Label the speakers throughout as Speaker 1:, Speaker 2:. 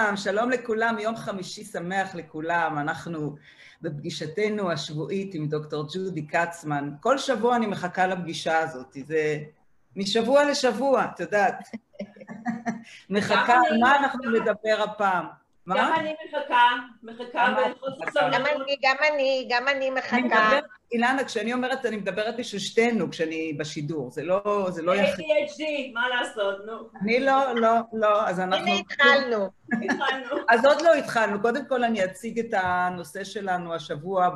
Speaker 1: שלום לכולם, יום חמישי שמח לכולם. אנחנו בפגישתנו השבועית עם דוקטור ג'ודי קצמן. כל שבוע אני מחכה לפגישה הזאת, זה משבוע לשבוע, את יודעת. מחכה, על מה אנחנו נדבר הפעם?
Speaker 2: גם אני מחכה בחוסר סבלנות.
Speaker 3: גם אני מחכה.
Speaker 1: אילנה, כשאני אומרת, אני מדברת בשביל שתינו, כשאני בשידור, זה לא יחיד.
Speaker 2: ADHD, מה לעשות, נו.
Speaker 1: אני לא, אז אנחנו...
Speaker 3: הנה התחלנו.
Speaker 1: אז עוד לא התחלנו. קודם כל אני אציג את הנושא שלנו השבוע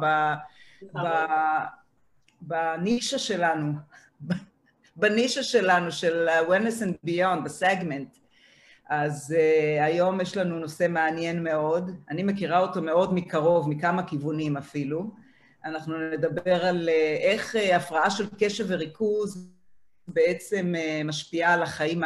Speaker 1: בנישה שלנו, בנישה שלנו של Wellness and Beyond, בסגמנט. אז היום יש לנו נושא מעניין מאוד, אני מכירה אותו מאוד מקרוב, מכמה כיוונים אפילו. אנחנו נדבר על איך הפרעה של קשב וריכוז בעצם משפיעה על החיים,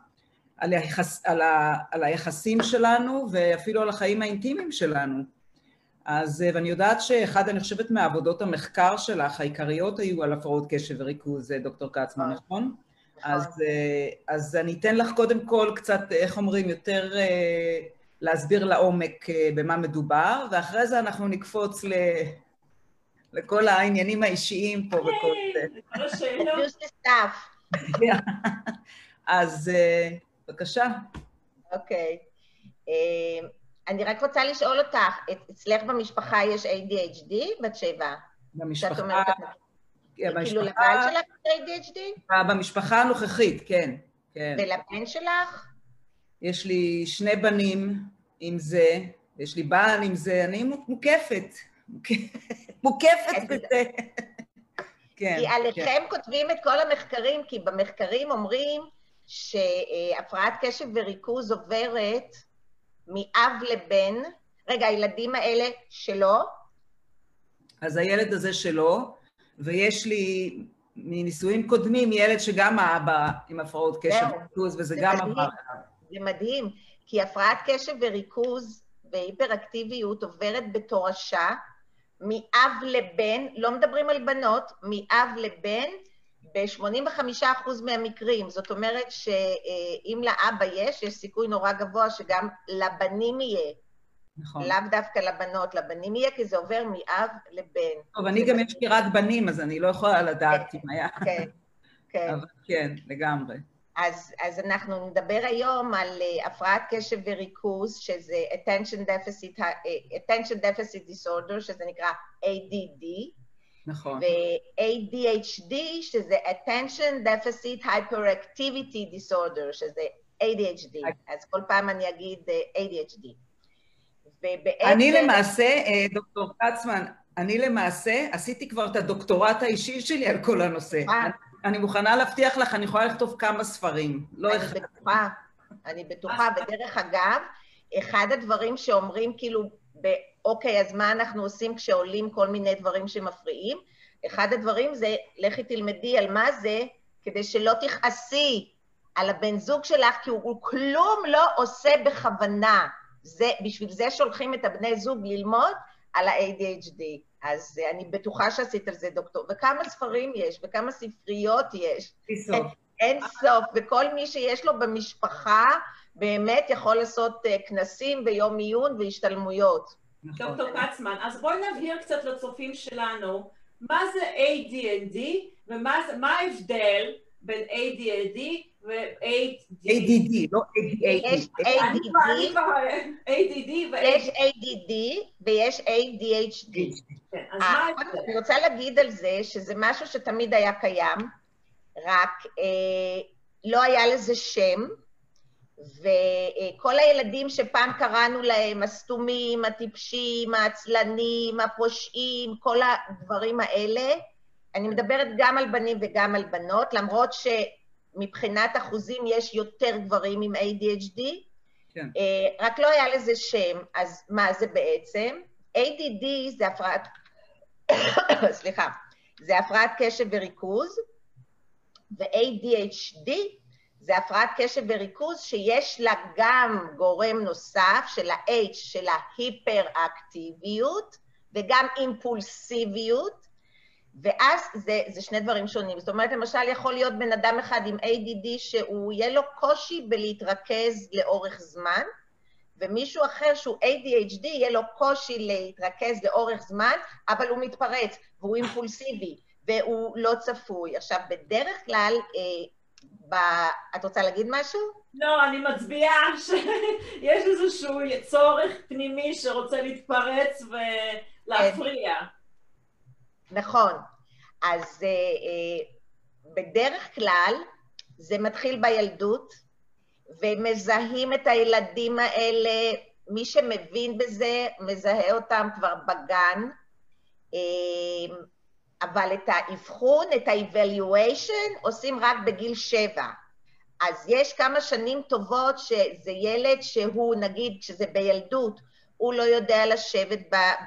Speaker 1: על היחסים שלנו ואפילו על החיים האינטימיים שלנו. אז, ואני יודעת שאחד, אני חושבת, מעבודות המחקר שלך, העיקריות היו על הפרעות קשב וריכוז, דוקטור קצמן, נכון? אז אני אתן לך קודם כל קצת, איך אומרים, יותר להסביר לעומק במה מדובר, ואחרי זה אנחנו נקפוץ לכל העניינים האישיים פה וכל זה. אז בבקשה.
Speaker 3: אוקיי. אני רק רוצה לשאול אותך, אצלך במשפחה יש ADHD בת 7?
Speaker 1: במשפחה...
Speaker 3: כאילו לבן שלך ADHD?
Speaker 1: במשפחה הנוכחית, כן.
Speaker 3: ולבן שלך?
Speaker 1: יש לי 2 בנים עם זה, יש לי בן עם זה, אני מוקפת בזה.
Speaker 3: כי עליכם כותבים את כל המחקרים, כי במחקרים אומרים שהפרעת קשב וריכוז עוברת מאב לבן. רגע, הילדים האלה שלו?
Speaker 1: אז הילד הזה שלו, ויש לי מניסויים קודמים ילד שגם האבא עם הפרעות קשב וריכוז, וזה גם עבר.
Speaker 3: זה מדהים, כי הפרעת קשב וריכוז והיפראקטיביות עוברת בתורשה, מאב לבן, לא מדברים על בנות, מאב לבן, ב-85% מהמקרים. זאת אומרת שאם לאבא יש סיכוי נורא גבוה שגם לבנים יהיה.
Speaker 1: נכון.
Speaker 3: לאו דווקא לבנות, לבנים יהיה, כי זה עובר מאב לבן.
Speaker 1: טוב, אני גם יש לי רק בנים, אז אני לא יכולה לדעת אם היה.
Speaker 3: כן, כן.
Speaker 1: אבל כן, לגמרי.
Speaker 3: אז אנחנו נדבר היום על הפרעת קשב וריכוז, שזה attention deficit disorder, שזה נקרא ADD.
Speaker 1: נכון.
Speaker 3: ו-ADHD, שזה attention deficit hyperactivity disorder, שזה ADHD. אז כל פעם אני אגיד ADHD.
Speaker 1: אני למעשה, דוקטור קצמן, אני למעשה עשיתי כבר את הדוקטורט האישי שלי על כל הנושא. אני מוכנה להבטיח לך, אני יכולה לכתוב כמה ספרים.
Speaker 3: אני בטוחה, ודרך אגב, אחד הדברים שאומרים כאילו, אוקיי, אז מה אנחנו עושים כשעולים כל מיני דברים שמפריעים? אחד הדברים זה, לכי תלמדי על מה זה, כדי שלא תכעסי על הבן זוג שלך, כי הוא כלום לא עושה בכוונה. בשביל זה שולחים את הבני זוג ללמוד על ה-ADHD. אז אני בטוחה שעשית על זה דוקטור. וכמה ספרים יש, וכמה ספריות יש. אין סוף. וכל מי שיש לו במשפחה באמת יכול לעשות כנסים ויום עיון והשתלמויות.
Speaker 2: דוקטור קצמן, אז בואי נבהיר קצת לצופים שלנו, מה זה ADHD ומה ההבדל בין ADHD
Speaker 1: ADD, לא ADHD.
Speaker 3: יש ADD ויש ADHD. אני רוצה להגיד על זה שזה משהו שתמיד היה קיים, רק לא היה לזה שם, וכל הילדים שפעם קראנו להם, הסתומים, הטיפשים, העצלנים, הפושעים, כל הדברים האלה, אני מדברת גם על בנים וגם על בנות, למרות מבחינת אחוזים יש יותר גברים עם ADHD,
Speaker 1: כן.
Speaker 3: רק לא היה לזה שם. אז מה זה בעצם? ADD זה הפרעת, סליחה, זה הפרעת קשב וריכוז, ו-ADHD זה הפרעת קשב וריכוז שיש לה גם גורם נוסף של ה-H של ההיפראקטיביות, וגם אימפולסיביות, ואז זה 2 דברים שונים. זאת אומרת, למשל, יכול להיות בן אדם אחד עם ADD שהוא יהיה לו קושי בלהתרכז לאורך זמן, ומישהו אחר שהוא ADHD, יהיה לו קושי להתרכז לאורך זמן, אבל הוא מתפרץ, והוא אימפולסיבי, והוא לא צפוי. עכשיו, בדרך כלל, את רוצה להגיד משהו?
Speaker 2: לא, אני מצביעה שיש איזשהו צורך פנימי שרוצה להתפרץ ולהפריע.
Speaker 3: נכון. אז בדרך כלל זה מתחיל בילדות, ומזהים את הילדים האלה, מי שמבין בזה מזהה אותם כבר בגן, אבל את האבחון, את ה-evaluation, עושים רק בגיל 7. אז יש כמה שנים טובות שזה ילד שהוא, נגיד, שזה בילדות, הוא לא יודע לשבת,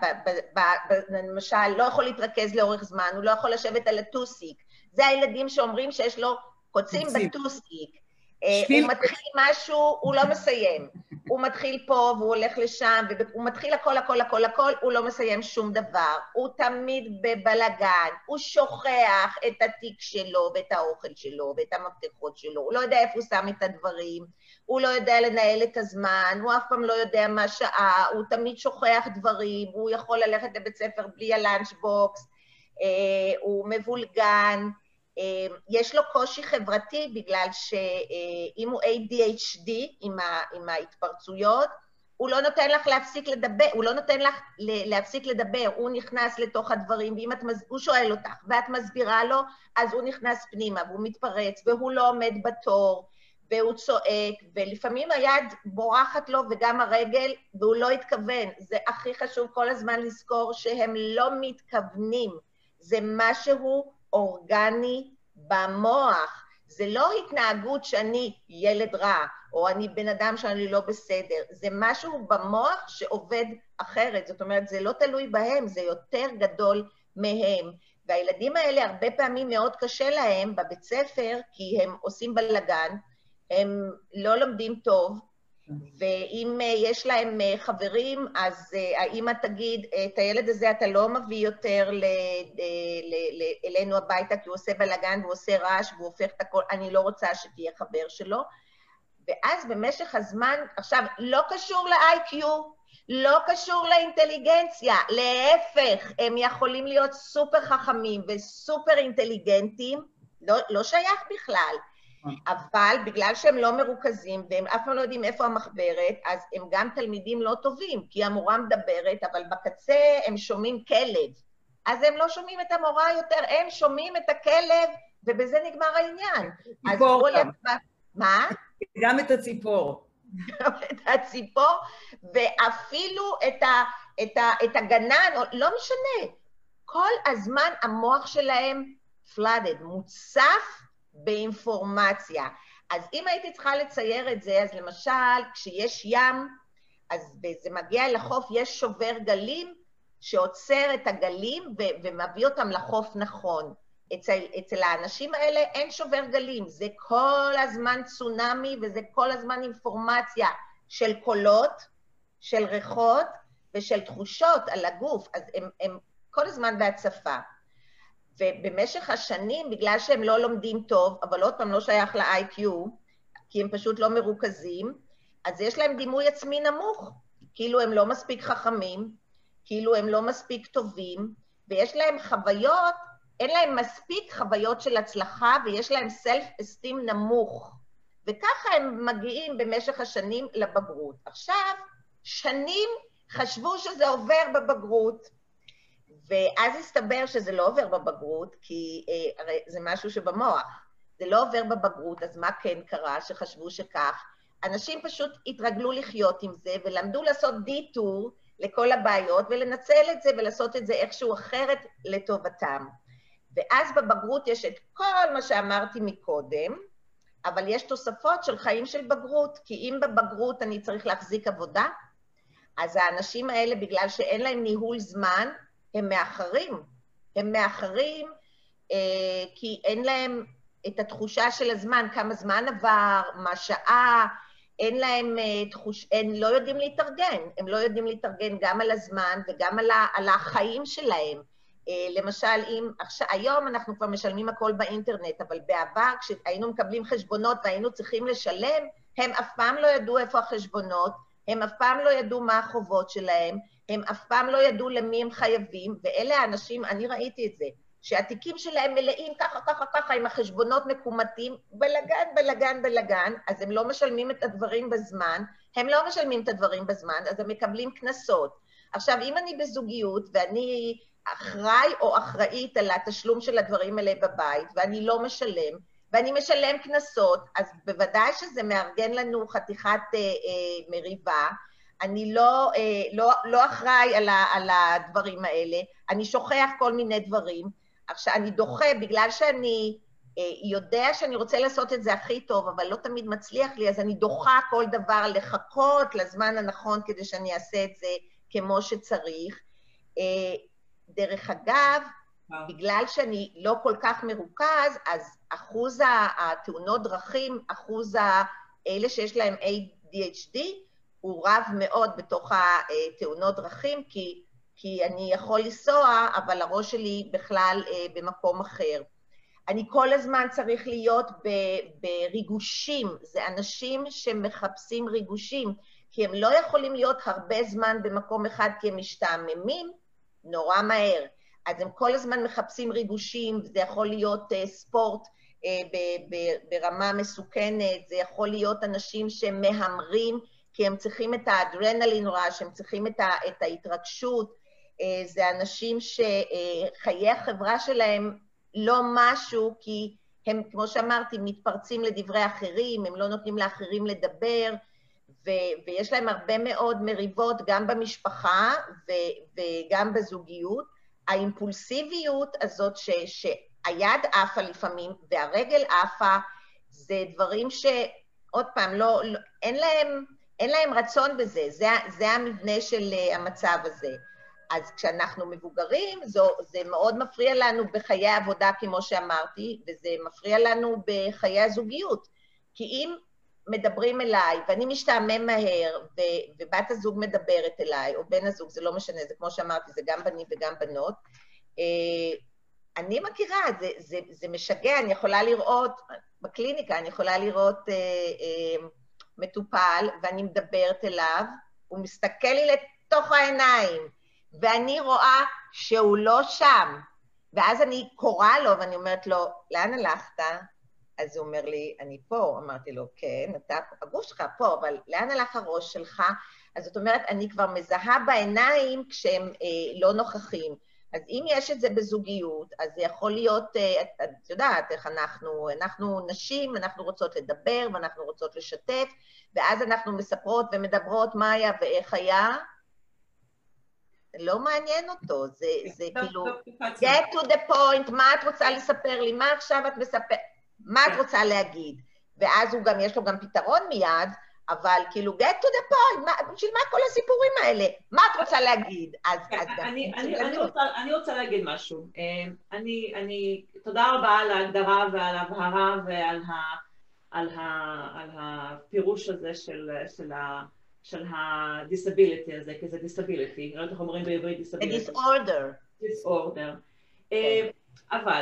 Speaker 3: למשל, לא יכול להתרכז לאורך זמן, הוא לא יכול לשבת על הטוסיק. זה הילדים שאומרים שיש לו קוצים בטוסיק. הוא מתחיל משהו, הוא לא מסיים. הוא מתחיל פה והוא הולך לשם, והוא מתחיל הכל, הכל, הכל, הכל, הוא לא מסיים שום דבר. הוא תמיד בבלגן, הוא שוכח את התיק שלו ואת האוכל שלו ואת המפתחות שלו, הוא לא יודע איפה הוא שם את הדברים, הוא לא יודע לנהל את הזמן, הוא אף פעם לא יודע מה שעה, הוא תמיד שוכח דברים, הוא יכול ללכת לבית ספר בלי הלאנץ' בוקס, הוא מבולגן, יש לו קושי חברתי בגלל שאם הוא ADHD עם ההתפרצויות, הוא לא נותן לך להפסיק לדבר, הוא לא נותן לך להפסיק לדבר, הוא נכנס לתוך הדברים, הוא שואל אותך, ואת מסבירה לו, אז הוא נכנס פנימה, והוא מתפרץ, והוא לא עומד בתור, והוא צועק, ולפעמים היד בורחת לו וגם הרגל, והוא לא התכוון. זה הכי חשוב כל הזמן לזכור שהם לא מתכוונים, זה משהו אורגני במוח, זה לא התנהגות שאני ילד רע, או אני בן אדם שאני לא בסדר, זה משהו במוח שעובד אחרת, זאת אומרת, זה לא תלוי בהם, זה יותר גדול מהם, והילדים האלה הרבה פעמים מאוד קשה להם בבית ספר, כי הם עושים בלגן, הם לא לומדים טוב, ואם יש להם חברים, אז האמא תגיד, את הילד הזה אתה לא מביא יותר אלינו הביתה, כי הוא עושה בלגן, והוא עושה רעש, והוא הופך את הכל, אני לא רוצה שתהיה חבר שלו. ואז במשך הזמן, עכשיו, לא קשור ל-IQ, לא קשור לאינטליגנציה, להפך, הם יכולים להיות סופר חכמים וסופר אינטליגנטים, לא שייך בכלל. אבל בגלל שהם לא מרוכזים, והם אף פעם לא יודעים איפה המחברת, אז הם גם תלמידים לא טובים, כי המורה מדברת, אבל בקצה הם שומעים כלב. אז הם לא שומעים את המורה יותר, הם שומעים את הכלב, ובזה נגמר העניין.
Speaker 1: ציפור גם.
Speaker 3: מה?
Speaker 1: גם את הציפור.
Speaker 3: גם את הציפור, ואפילו את הגנן, לא משנה. כל הזמן המוח שלהם flooded, מוצף, באינפורמציה. אז אם הייתי צריכה לצייר את זה, אז למשל, כשיש ים, אז זה מגיע לחוף, יש שובר גלים, שעוצר את הגלים ומביא אותם לחוף נכון. אצל האנשים האלה אין שובר גלים, זה כל הזמן צונמי, וזה כל הזמן אינפורמציה של קולות, של ריחות, ושל תחושות על הגוף, אז הם כל הזמן בהצפה. ובמשך השנים, בגלל שהם לא לומדים טוב, אבל עוד פעם לא שייך ל-IQ, כי הם פשוט לא מרוכזים, אז יש להם דימוי עצמי נמוך, כאילו הם לא מספיק חכמים, כאילו הם לא מספיק טובים, ויש להם חוויות, אין להם מספיק חוויות של הצלחה, ויש להם self-esteem נמוך, וככה הם מגיעים במשך השנים לבגרות. עכשיו, שנים חשבו שזה עובר בבגרות, ואז הסתבר שזה לא עובר בבגרות, כי הרי זה משהו שבמוח. זה לא עובר בבגרות, אז מה כן קרה שחשבו שכך? אנשים פשוט התרגלו לחיות עם זה, ולמדו לעשות דיטור לכל הבעיות, ולנצל את זה ולעשות את זה איכשהו אחרת לטובתם. ואז בבגרות יש את כל מה שאמרתי מקודם, אבל יש תוספות של חיים של בגרות, כי אם בבגרות אני צריך להחזיק עבודה, אז האנשים האלה, בגלל שאין להם ניהול זמן, הם מאחרים. הם מאחרים כי אין להם את התחושה של הזמן, כמה זמן עבר, מה שעה, אין להם הם לא יודעים להתארגן. הם לא יודעים להתארגן גם על הזמן וגם על החיים שלהם. למשל, היום אנחנו כבר משלמים הכל באינטרנט, אבל בעבר כשהיינו מקבלים חשבונות והיינו צריכים לשלם, הם אף פעם לא ידעו איפה החשבונות, הם אף פעם לא ידעו מה החובות שלהם, הם אף פעם לא ידעו למי הם חייבים, ואלה האנשים, אני ראיתי את זה, שהתיקים שלהם מלאים ככה, ככה, ככה, עם החשבונות מקומטים, בלגן, בלגן, בלגן, אז הם לא משלמים את הדברים בזמן, הם לא משלמים את הדברים בזמן, אז הם מקבלים קנסות. עכשיו, אם אני בזוגיות, ואני אחראי או אחראית על התשלום של הדברים האלה בבית, ואני לא משלם, ואני משלם קנסות, אז בוודאי שזה מארגן לנו חתיכת מריבה, אני לא אחראי על הדברים האלה, אני שוכח כל מיני דברים, עכשיו אני דוחה, בגלל שאני יודע שאני רוצה לעשות את זה הכי טוב, אבל לא תמיד מצליח לי, אז אני דוחה כל דבר לחכות לזמן הנכון כדי שאני אעשה את זה כמו שצריך. דרך אגב, בגלל שאני לא כל כך מרוכז, אז אחוז התאונות דרכים, אחוז אלה שיש להם ADHD, הוא רב מאוד בתוך התאונות דרכים, כי אני יכול לנסוע, אבל הראש שלי בכלל במקום אחר. אני כל הזמן צריך להיות בריגושים, זה אנשים שמחפשים ריגושים, כי הם לא יכולים להיות הרבה זמן במקום אחד, כי הם משתעממים נורא מהר. אז הם כל הזמן מחפשים ריגושים, זה יכול להיות ספורט ברמה מסוכנת, זה יכול להיות אנשים שמהמרים, כי הם צריכים את האדרנלין רעש, הם צריכים את ההתרגשות, זה אנשים שחיי החברה שלהם לא משהו, כי הם, כמו שאמרתי, מתפרצים לדברי אחרים, הם לא נותנים לאחרים לדבר, ויש להם הרבה מאוד מריבות גם במשפחה וגם בזוגיות. האימפולסיביות הזאת שהיד עפה לפעמים והרגל עפה, זה דברים שעוד פעם, אין להם רצון בזה, זה המבנה של המצב הזה. אז כשאנחנו מבוגרים, זה מאוד מפריע לנו בחיי העבודה, כמו שאמרתי, וזה מפריע לנו בחיי הזוגיות. כי אם מדברים אליי, ואני משתעמם מהר, ובת הזוג מדברת אליי, או בן הזוג, זה לא משנה, זה כמו שאמרתי, זה גם בנים וגם בנות, אני מכירה, זה משגע, אני יכולה לראות, בקליניקה, אני יכולה לראות מטופל, ואני מדברת אליו, הוא מסתכל לי לתוך העיניים, ואני רואה שהוא לא שם, ואז אני קוראה לו, ואני אומרת לו, לאן הלכת? אז הוא אומר לי, אני פה. אמרתי לו, כן, הגוף שלך פה, אבל לאן הלך הראש שלך? אז זאת אומרת, אני כבר מזהה בעיניים כשהם לא נוכחים. אז אם יש את זה בזוגיות, אז זה יכול להיות, את יודעת איך אנחנו נשים, אנחנו רוצות לדבר, ואנחנו רוצות לשתף, ואז אנחנו מספרות ומדברות מה היה ואיך היה, לא מעניין אותו, זה כאילו, get to the point, מה את רוצה לספר לי, מה עכשיו את מספרת, מה את רוצה להגיד? ואז הוא גם, יש לו גם פתרון מיד, אבל כאילו, get to the point, בשביל מה כל הסיפורים האלה? מה את רוצה להגיד?
Speaker 2: אני רוצה להגיד משהו. תודה רבה על ההגדרה ועל ההבהרה ועל הפירוש הזה של ה-disability הזה, כי זה disability, לא יודעת איך אומרים בעברית disability. disorder. אבל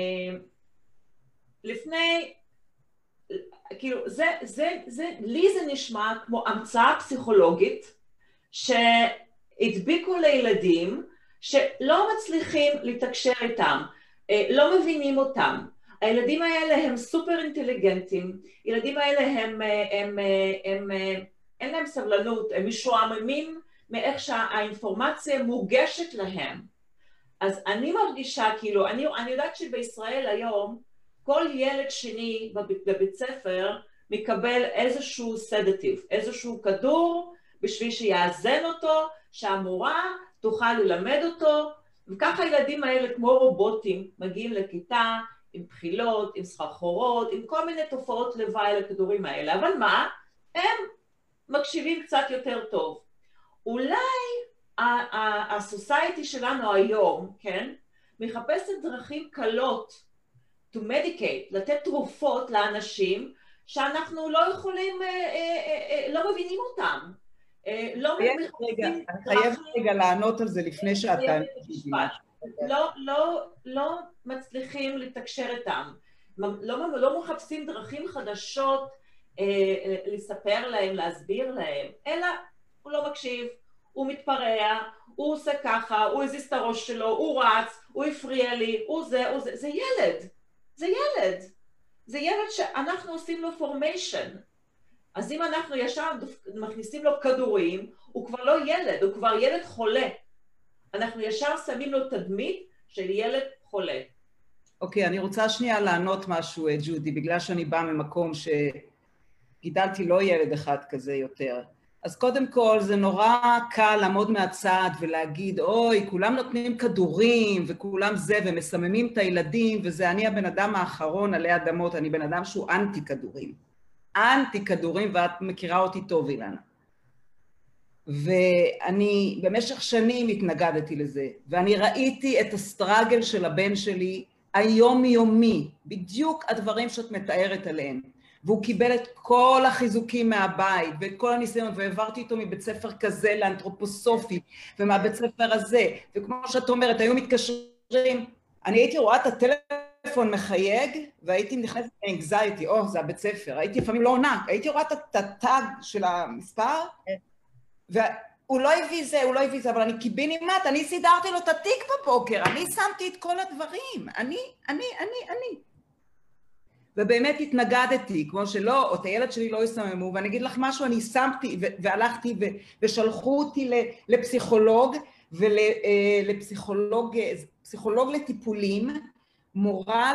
Speaker 2: לפני, כאילו, לי זה נשמע כמו המצאה פסיכולוגית שהדביקו לילדים שלא מצליחים לתקשר איתם, לא מבינים אותם. הילדים האלה הם סופר אינטליגנטים, ילדים האלה אין להם סבלנות, הם משועממים מאיך שהאינפורמציה מורגשת להם. אז אני מרגישה, כאילו, אני יודעת שבישראל היום, כל ילד שני בבית ספר מקבל איזשהו סדטיב, איזשהו כדור בשביל שיאזן אותו, שהמורה תוכל ללמד אותו, וככה הילדים האלה כמו רובוטים מגיעים לכיתה עם בחילות, עם סחרחורות, עם כל מיני תופעות לוואי לכדורים האלה, אבל מה? הם מקשיבים קצת יותר טוב. אולי הסוסייטי שלנו היום, כן, מחפשת דרכים קלות to medicate, לתת תרופות לאנשים שאנחנו לא יכולים, לא מבינים אותם.
Speaker 1: אני חייבת רגע לענות על זה לפני שאתה...
Speaker 2: לא מצליחים לתקשר איתם, לא מחפשים דרכים חדשות לספר להם, להסביר להם, אלא הוא לא מקשיב, הוא מתפרע, הוא עושה ככה, הוא הזיז את הראש שלו, הוא רץ, הוא הפריע לי, הוא זה, זה ילד, זה ילד. זה ילד שאנחנו עושים לו פורמיישן. אז אם אנחנו ישר מכניסים לו כדורים, הוא כבר לא ילד, הוא כבר ילד חולה. אנחנו ישר שמים לו תדמית של ילד חולה.
Speaker 1: אוקיי, אני רוצה שנייה לענות משהו, ג'ודי, בגלל שאני באה ממקום שגידלתי לא ילד אחד כזה יותר. אז קודם כל, זה נורא קל לעמוד מהצד ולהגיד, אוי, כולם נותנים כדורים וכולם זה, ומסממים את הילדים, וזה אני הבן אדם האחרון עלי אדמות, אני בן אדם שהוא אנטי כדורים. אנטי כדורים, ואת מכירה אותי טוב, אילנה. ואני במשך שנים התנגדתי לזה, ואני ראיתי את הסטרגל של הבן שלי היומיומי, בדיוק הדברים שאת מתארת עליהם. והוא קיבל את כל החיזוקים מהבית, ואת כל הניסיון, והעברתי איתו מבית ספר כזה לאנתרופוסופי, ומהבית ספר הזה, וכמו שאת אומרת, היו מתקשרים, אני הייתי רואה את הטלפון מחייג, והייתי נכנסת לאנגזייטי, זה הבית ספר, הייתי לפעמים לא עונה, הייתי רואה את הטאג של המספר, והוא לא הביא זה, אבל אני קיבינימט, אני סידרתי לו את התיק בפוקר, אני שמתי את כל הדברים, אני. ובאמת התנגדתי, כמו שלא, או את הילד שלי לא יסממו, ואני אגיד לך משהו, אני שמתי, והלכתי, ושלחו אותי לפסיכולוג, פסיכולוג לטיפולים, מורה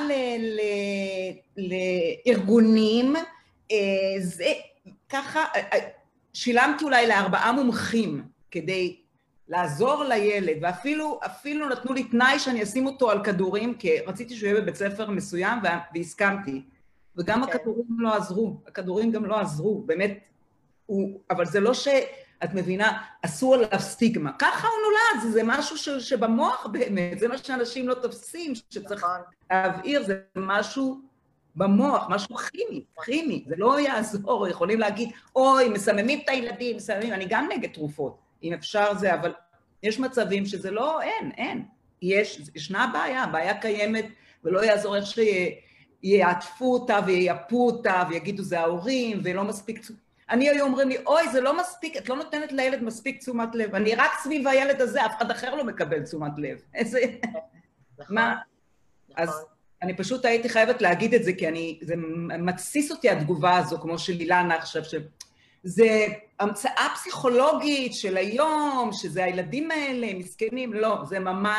Speaker 1: לארגונים, זה ככה, שילמתי אולי ל4 מומחים, כדי לעזור לילד, ואפילו נתנו לי תנאי שאני אשים אותו על כדורים, כי רציתי שהוא יהיה בבית ספר מסוים, והסכמתי. וגם הכדורים גם לא עזרו, באמת, אבל זה לא שאת מבינה, עשו עליו סטיגמה. ככה הוא נולד, זה משהו שבמוח באמת, זה מה שאנשים לא תופסים, שצריך להבהיר, זה משהו במוח, משהו כימי, זה לא יעזור, יכולים להגיד, אוי, מסממים את הילדים, אני גם נגד תרופות. אם אפשר זה, אבל יש מצבים שזה לא, אין. ישנה בעיה קיימת, ולא יעזור איך שיעטפו אותה ויייפו אותה, ויגידו זה ההורים, ולא מספיק, אני היום אומרים לי, אוי, זה לא מספיק, את לא נותנת לילד מספיק תשומת לב, אני רק סביב הילד הזה, אף אחד אחר לא מקבל תשומת לב. איזה... מה? אז אני פשוט הייתי חייבת להגיד את זה, כי זה מתסיס אותי התגובה הזו, כמו של אילנה עכשיו, זה המצאה פסיכולוגית של היום, שזה הילדים האלה, מסכנים, לא, זה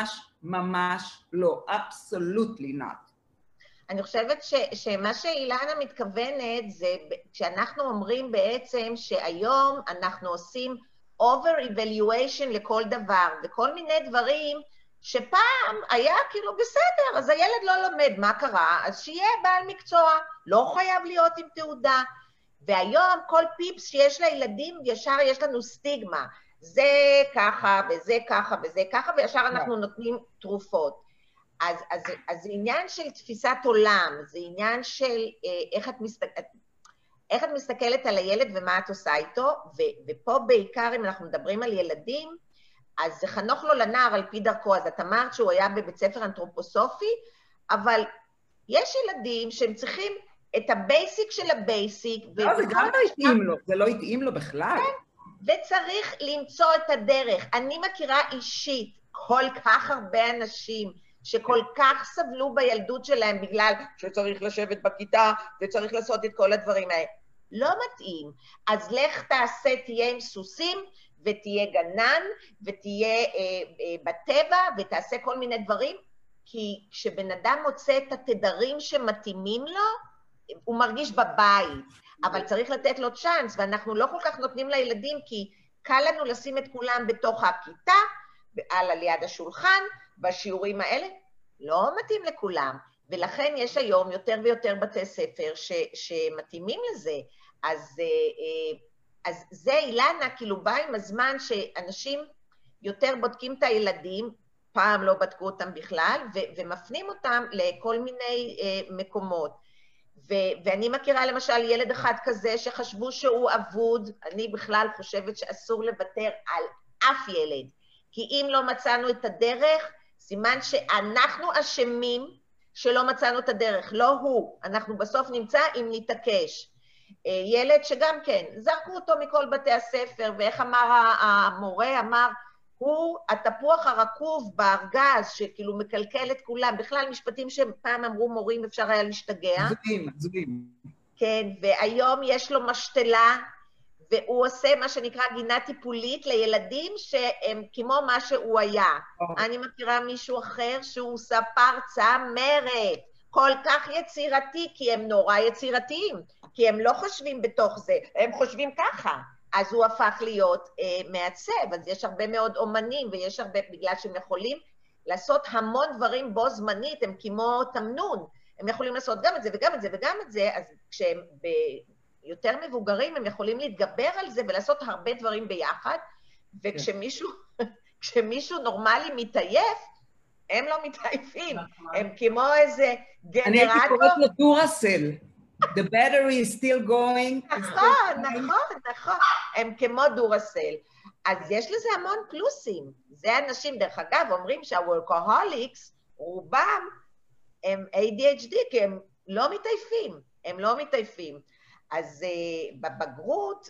Speaker 1: ממש לא, absolutely not.
Speaker 3: אני חושבת שמה שאילנה מתכוונת זה, כשאנחנו אומרים בעצם שהיום אנחנו עושים over-evaluation לכל דבר, וכל מיני דברים שפעם היה כאילו בסדר, אז הילד לא לומד, מה קרה? אז שיהיה בעל מקצוע, לא חייב להיות עם תעודה, והיום כל פיפס שיש לילדים, ישר יש לנו סטיגמה. זה ככה, וזה ככה, וזה ככה, וישר אנחנו נותנים תרופות. אז זה עניין של תפיסת עולם, זה עניין של איך את מסתכלת על הילד ומה את עושה איתו, ופה בעיקר אם אנחנו מדברים על ילדים, אז זה חנוך לו לנער על פי דרכו, אז את אמרת שהוא היה בבית ספר אנתרופוסופי, אבל יש ילדים שהם צריכים את הבייסיק של הבייסיק.
Speaker 1: לא, זה גם לא התאים לו, זה לא התאים לו בכלל.
Speaker 3: וצריך למצוא את הדרך. אני מכירה אישית כל כך הרבה אנשים שכל כך סבלו בילדות שלהם בגלל שצריך לשבת בכיתה וצריך לעשות את כל הדברים האלה. לא מתאים. אז לך תעשה, תהיה עם סוסים ותהיה גנן ותהיה בטבע ותעשה כל מיני דברים, כי כשבן אדם מוצא את התדרים שמתאימים לו, הוא מרגיש בבית, אבל צריך לתת לו צ'אנס, ואנחנו לא כל כך נותנים לילדים, כי קל לנו לשים את כולם בתוך הכיתה, על יד השולחן, בשיעורים האלה, לא מתאים לכולם, ולכן יש היום יותר ויותר בתי ספר שמתאימים לזה, אז זה אילנה, כאילו בא עם הזמן שאנשים יותר בודקים את הילדים, פעם לא בדקו אותם בכלל, ומפנים אותם לכל מיני מקומות. ואני מכירה למשל ילד אחד כזה שחשבו שהוא אבוד, אני בכלל חושבת שאסור לוותר על אף ילד, כי אם לא מצאנו את הדרך, סימן שאנחנו אשמים שלא מצאנו את הדרך, לא הוא, אנחנו בסוף נמצא אם נתעקש. ילד שגם כן, זרקו אותו מכל בתי הספר, ואיך אמר המורה, אמר, הוא התפוח הרקוב בארגז, שכאילו מקלקל את כולם, בכלל משפטים שפעם אמרו מורים אפשר היה להשתגע.
Speaker 1: זוגים.
Speaker 3: כן, והיום יש לו משתלה, והוא עושה מה שנקרא גינה טיפולית לילדים שהם כמו מה שהוא היה. אני מכירה מישהו אחר שהוא ספר צמרת, כל כך יצירתי, כי הם נורא יצירתיים, כי הם לא חושבים בתוך זה, הם חושבים ככה. אז הוא הפך להיות מעצב, אז יש הרבה מאוד אומנים, ויש הרבה, בגלל שהם יכולים לעשות המון דברים בו זמנית, הם כמו תמנון, הם יכולים לעשות גם את זה וגם את זה וגם את זה, אז כשהם יותר מבוגרים, הם יכולים להתגבר על זה ולעשות הרבה דברים ביחד, וכשמישהו נורמלי מתעייף, הם לא מתעייפים, הם כמו איזה גנרטור.
Speaker 1: אני הייתי קוראת לו דורסל. The battery is still going.
Speaker 3: נכון. הם כמו דורסל. אז יש לזה המון פלוסים. זה אנשים, דרך אגב, אומרים שהוורקוהוליקס, רובם הם ADHD, כי הם לא מתעייפים. אז בבגרות,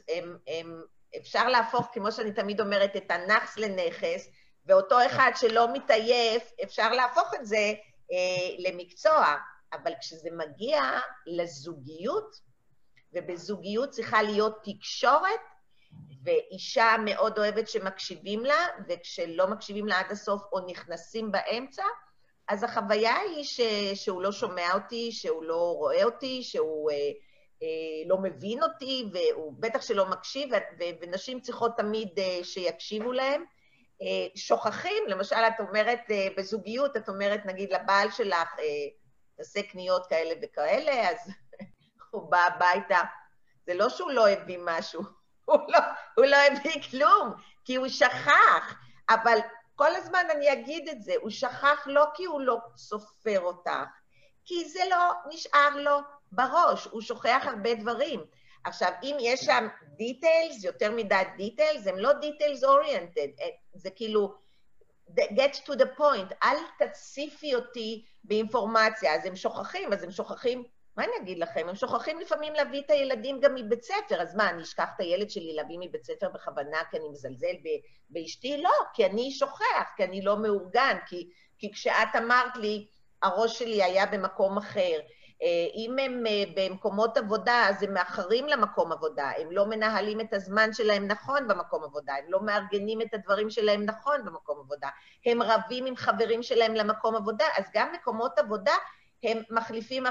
Speaker 3: אפשר להפוך, כמו שאני תמיד אומרת, את הנחס לנכס, ואותו אחד שלא מתעייף, אפשר להפוך את זה למקצוע. אבל כשזה מגיע לזוגיות, ובזוגיות צריכה להיות תקשורת, ואישה מאוד אוהבת שמקשיבים לה, וכשלא מקשיבים לה עד הסוף או נכנסים באמצע, אז החוויה היא שהוא לא שומע אותי, שהוא לא רואה אותי, שהוא לא מבין אותי, והוא בטח שלא מקשיב, ונשים צריכות תמיד שיקשיבו להם. שוכחים, למשל את אומרת בזוגיות, את אומרת נגיד לבעל שלך, תעשה קניות כאלה וכאלה, אז הוא בא הביתה, זה לא שהוא לא הביא משהו, הוא לא הביא כלום, כי הוא שכח, אבל כל הזמן אני אגיד את זה, הוא שכח לא כי הוא לא סופר אותך, כי זה לא נשאר לו בראש, הוא שוכח הרבה דברים. עכשיו, אם יש שם details, יותר מדי details, הם לא details oriented, זה כאילו, get to the point, אל תציפי אותי באינפורמציה, אז הם שוכחים, מה אני אגיד לכם? הם שוכחים לפעמים להביא את הילדים גם מבית ספר, אז מה, אני אשכח את הילד שלי להביא מבית ספר בכוונה, כי אני מזלזל באשתי? לא, כי אני שוכח, כי אני לא מאורגן, כי כשאת אמרת לי, הראש שלי היה במקום אחר, אם הם במקומות עבודה, אז הם מאחרים למקום עבודה, הם לא מנהלים את הזמן שלהם נכון במקום עבודה, הם לא מארגנים את הדברים שלהם נכון במקום עבודה, הם רבים עם חברים שלהם למקום עבודה, אז גם מקומות עבודה הם מחליפים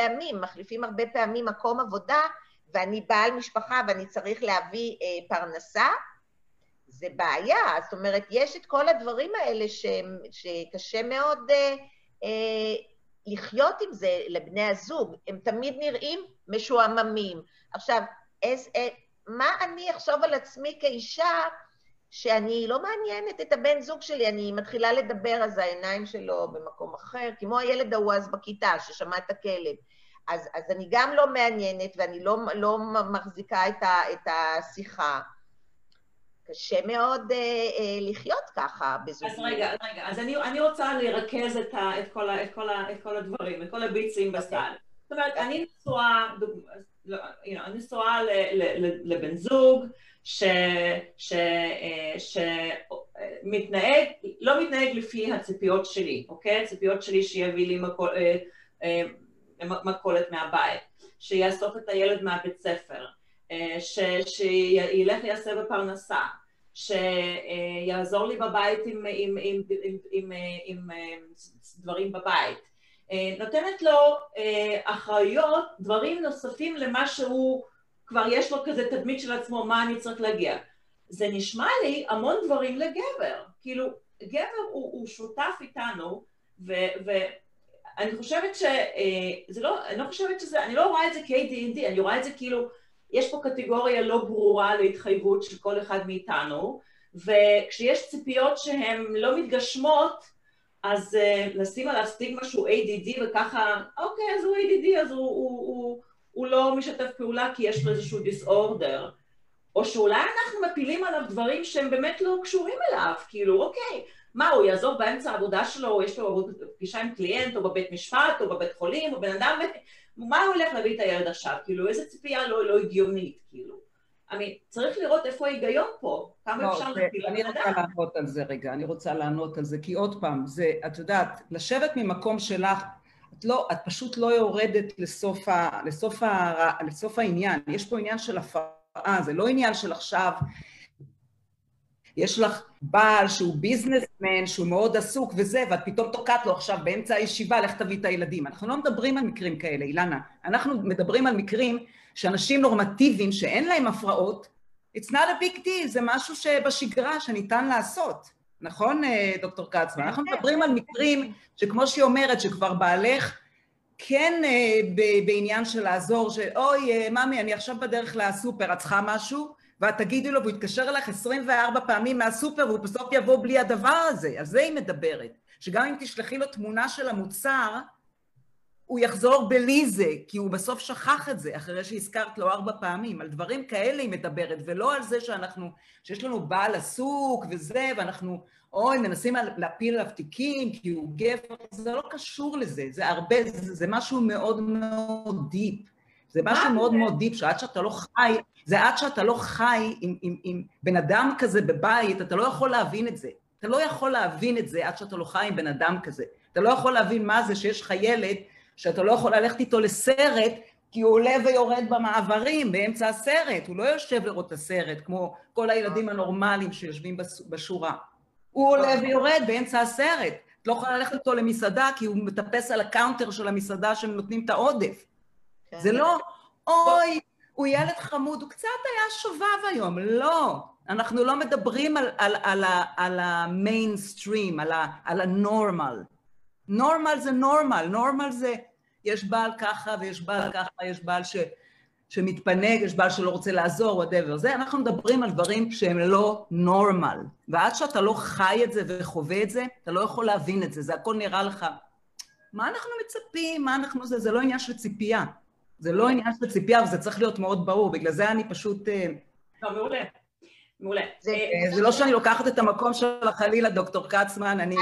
Speaker 3: הרבה פעמים מקום עבודה, ואני בעל משפחה ואני צריך להביא פרנסה, זה בעיה, זאת אומרת, יש את כל הדברים האלה שקשה מאוד לחיות עם זה לבני הזוג, הם תמיד נראים משועממים. עכשיו, מה אני אחשוב על עצמי כאישה שאני לא מעניינת את הבן זוג שלי, אני מתחילה לדבר, אז העיניים שלו במקום אחר, כמו הילד ההוא אז בכיתה ששמע את הכלב. אז אני גם לא מעניינת ואני לא מחזיקה את השיחה. קשה מאוד לחיות ככה בזוגיות.
Speaker 2: אז רגע, אז אני רוצה לרכז את כל הדברים, את כל הביצים בסל. זאת אומרת, אני נשואה לבן זוג לא מתנהג לפי הציפיות שלי, אוקיי? הציפיות שלי שיביא לי מכולת מהבית, שיאסוף את הילד מהבית ספר, שילך יעשה בפרנסה, שיעזור לי בבית עם דברים בבית. נותנת לו אחריות, דברים נוספים למה שהוא כבר יש לו כזה תדמית של עצמו, מה אני צריך להגיע. זה נשמע לי המון דברים לגבר. כאילו, גבר הוא שותף איתנו, ואני חושבת אני לא רואה את זה כ-AD&D, אני רואה את זה כאילו, יש פה קטגוריה לא ברורה להתחייבות של כל אחד מאיתנו, וכשיש ציפיות שהן לא מתגשמות, אז לשים עליו סטיגמה שהוא ADD וככה, אוקיי, אז הוא ADD, אז הוא לא משתף פעולה כי יש לו איזשהו דיסאורדר, או שאולי אנחנו מפילים עליו דברים שהם באמת לא קשורים אליו, כאילו, אוקיי, מה, הוא יעזוב באמצע העבודה שלו, או יש לו פגישה עם קליינט, או בבית משפט, או בבית חולים, או בן אדם מה הוא הולך להביא את הילד עכשיו? כאילו, איזה ציפייה לא הגיונית, כאילו. צריך לראות איפה ההיגיון פה, כמה אפשר להפיל
Speaker 1: אני רוצה לענות על זה רגע, אני רוצה לענות על זה, כי עוד פעם, זה, את יודעת, לשבת ממקום שלך, את פשוט לא יורדת לסוף העניין, יש פה עניין של הפרעה, זה לא עניין של עכשיו, יש לך בעל שהוא ביזנסמן, שהוא מאוד עסוק וזה, ואת פתאום תוקעת לו עכשיו באמצע הישיבה, לך תביא את הילדים. אנחנו לא מדברים על מקרים כאלה, אילנה. אנחנו מדברים על מקרים שאנשים נורמטיביים שאין להם הפרעות, it's not a big deal, זה משהו שבשגרה שניתן לעשות. נכון, דוקטור קצמן? אנחנו מדברים על מקרים שכמו שהיא אומרת, שכבר בעלך, כן בעניין של לעזור, שאוי, ממי, אני עכשיו בדרך לסופר, את צריכה משהו? ואת תגידי לו, והוא יתקשר אליך 24 פעמים מהסופר, והוא בסוף יבוא בלי הדבר הזה. על זה היא מדברת. שגם אם תשלחי לו תמונה של המוצר, הוא יחזור בלי זה, כי הוא בסוף שכח את זה, אחרי שהזכרת לו 4 פעמים. על דברים כאלה היא מדברת, ולא על זה שיש לנו בעל עסוק וזה, ואנחנו, אוי, מנסים להפיל עליו תיקים, כי הוא גבר, זה לא קשור לזה. זה הרבה, זה משהו מאוד מאוד דיפ. זה משהו מאוד מאוד דיפ, שעד שאתה לא חי, זה עד שאתה לא חי עם בן אדם כזה בבית, אתה לא יכול להבין את זה. אתה לא יכול להבין את זה עד שאתה לא חי עם בן אדם כזה. אתה לא יכול להבין מה זה שיש לך ילד, שאתה לא יכול ללכת איתו לסרט, כי הוא עולה ויורד במעברים, באמצע הסרט. הוא לא יושב לראות את הסרט, כמו כל הילדים הנורמליים שיושבים בשורה. הוא עולה ויורד באמצע הסרט. את לא יכולה ללכת איתו למסעדה, כי הוא מטפס על הקאונטר של המסעדה שהם נותנים את העודף. זה לא, אוי, הוא ילד חמוד, הוא קצת היה שובב היום. לא, אנחנו לא מדברים על המיינסטרים, על הנורמל. נורמל זה נורמל, נורמל זה, יש בעל ככה ויש בעל ככה, יש בעל שמתפנק, יש בעל שלא רוצה לעזור, whatever. זה, אנחנו מדברים על דברים שהם לא נורמל. ועד שאתה לא חי את זה וחווה את זה, אתה לא יכול להבין את זה. זה הכל נראה לך, מה אנחנו מצפים, מה אנחנו זה לא עניין של ציפייה. זה לא עניין של ציפייה, וזה צריך להיות מאוד ברור. בגלל זה אני פשוט...
Speaker 2: לא, מעולה. מעולה.
Speaker 1: זה לא שאני לוקחת את המקום של חלילה, דוקטור קצמן, אני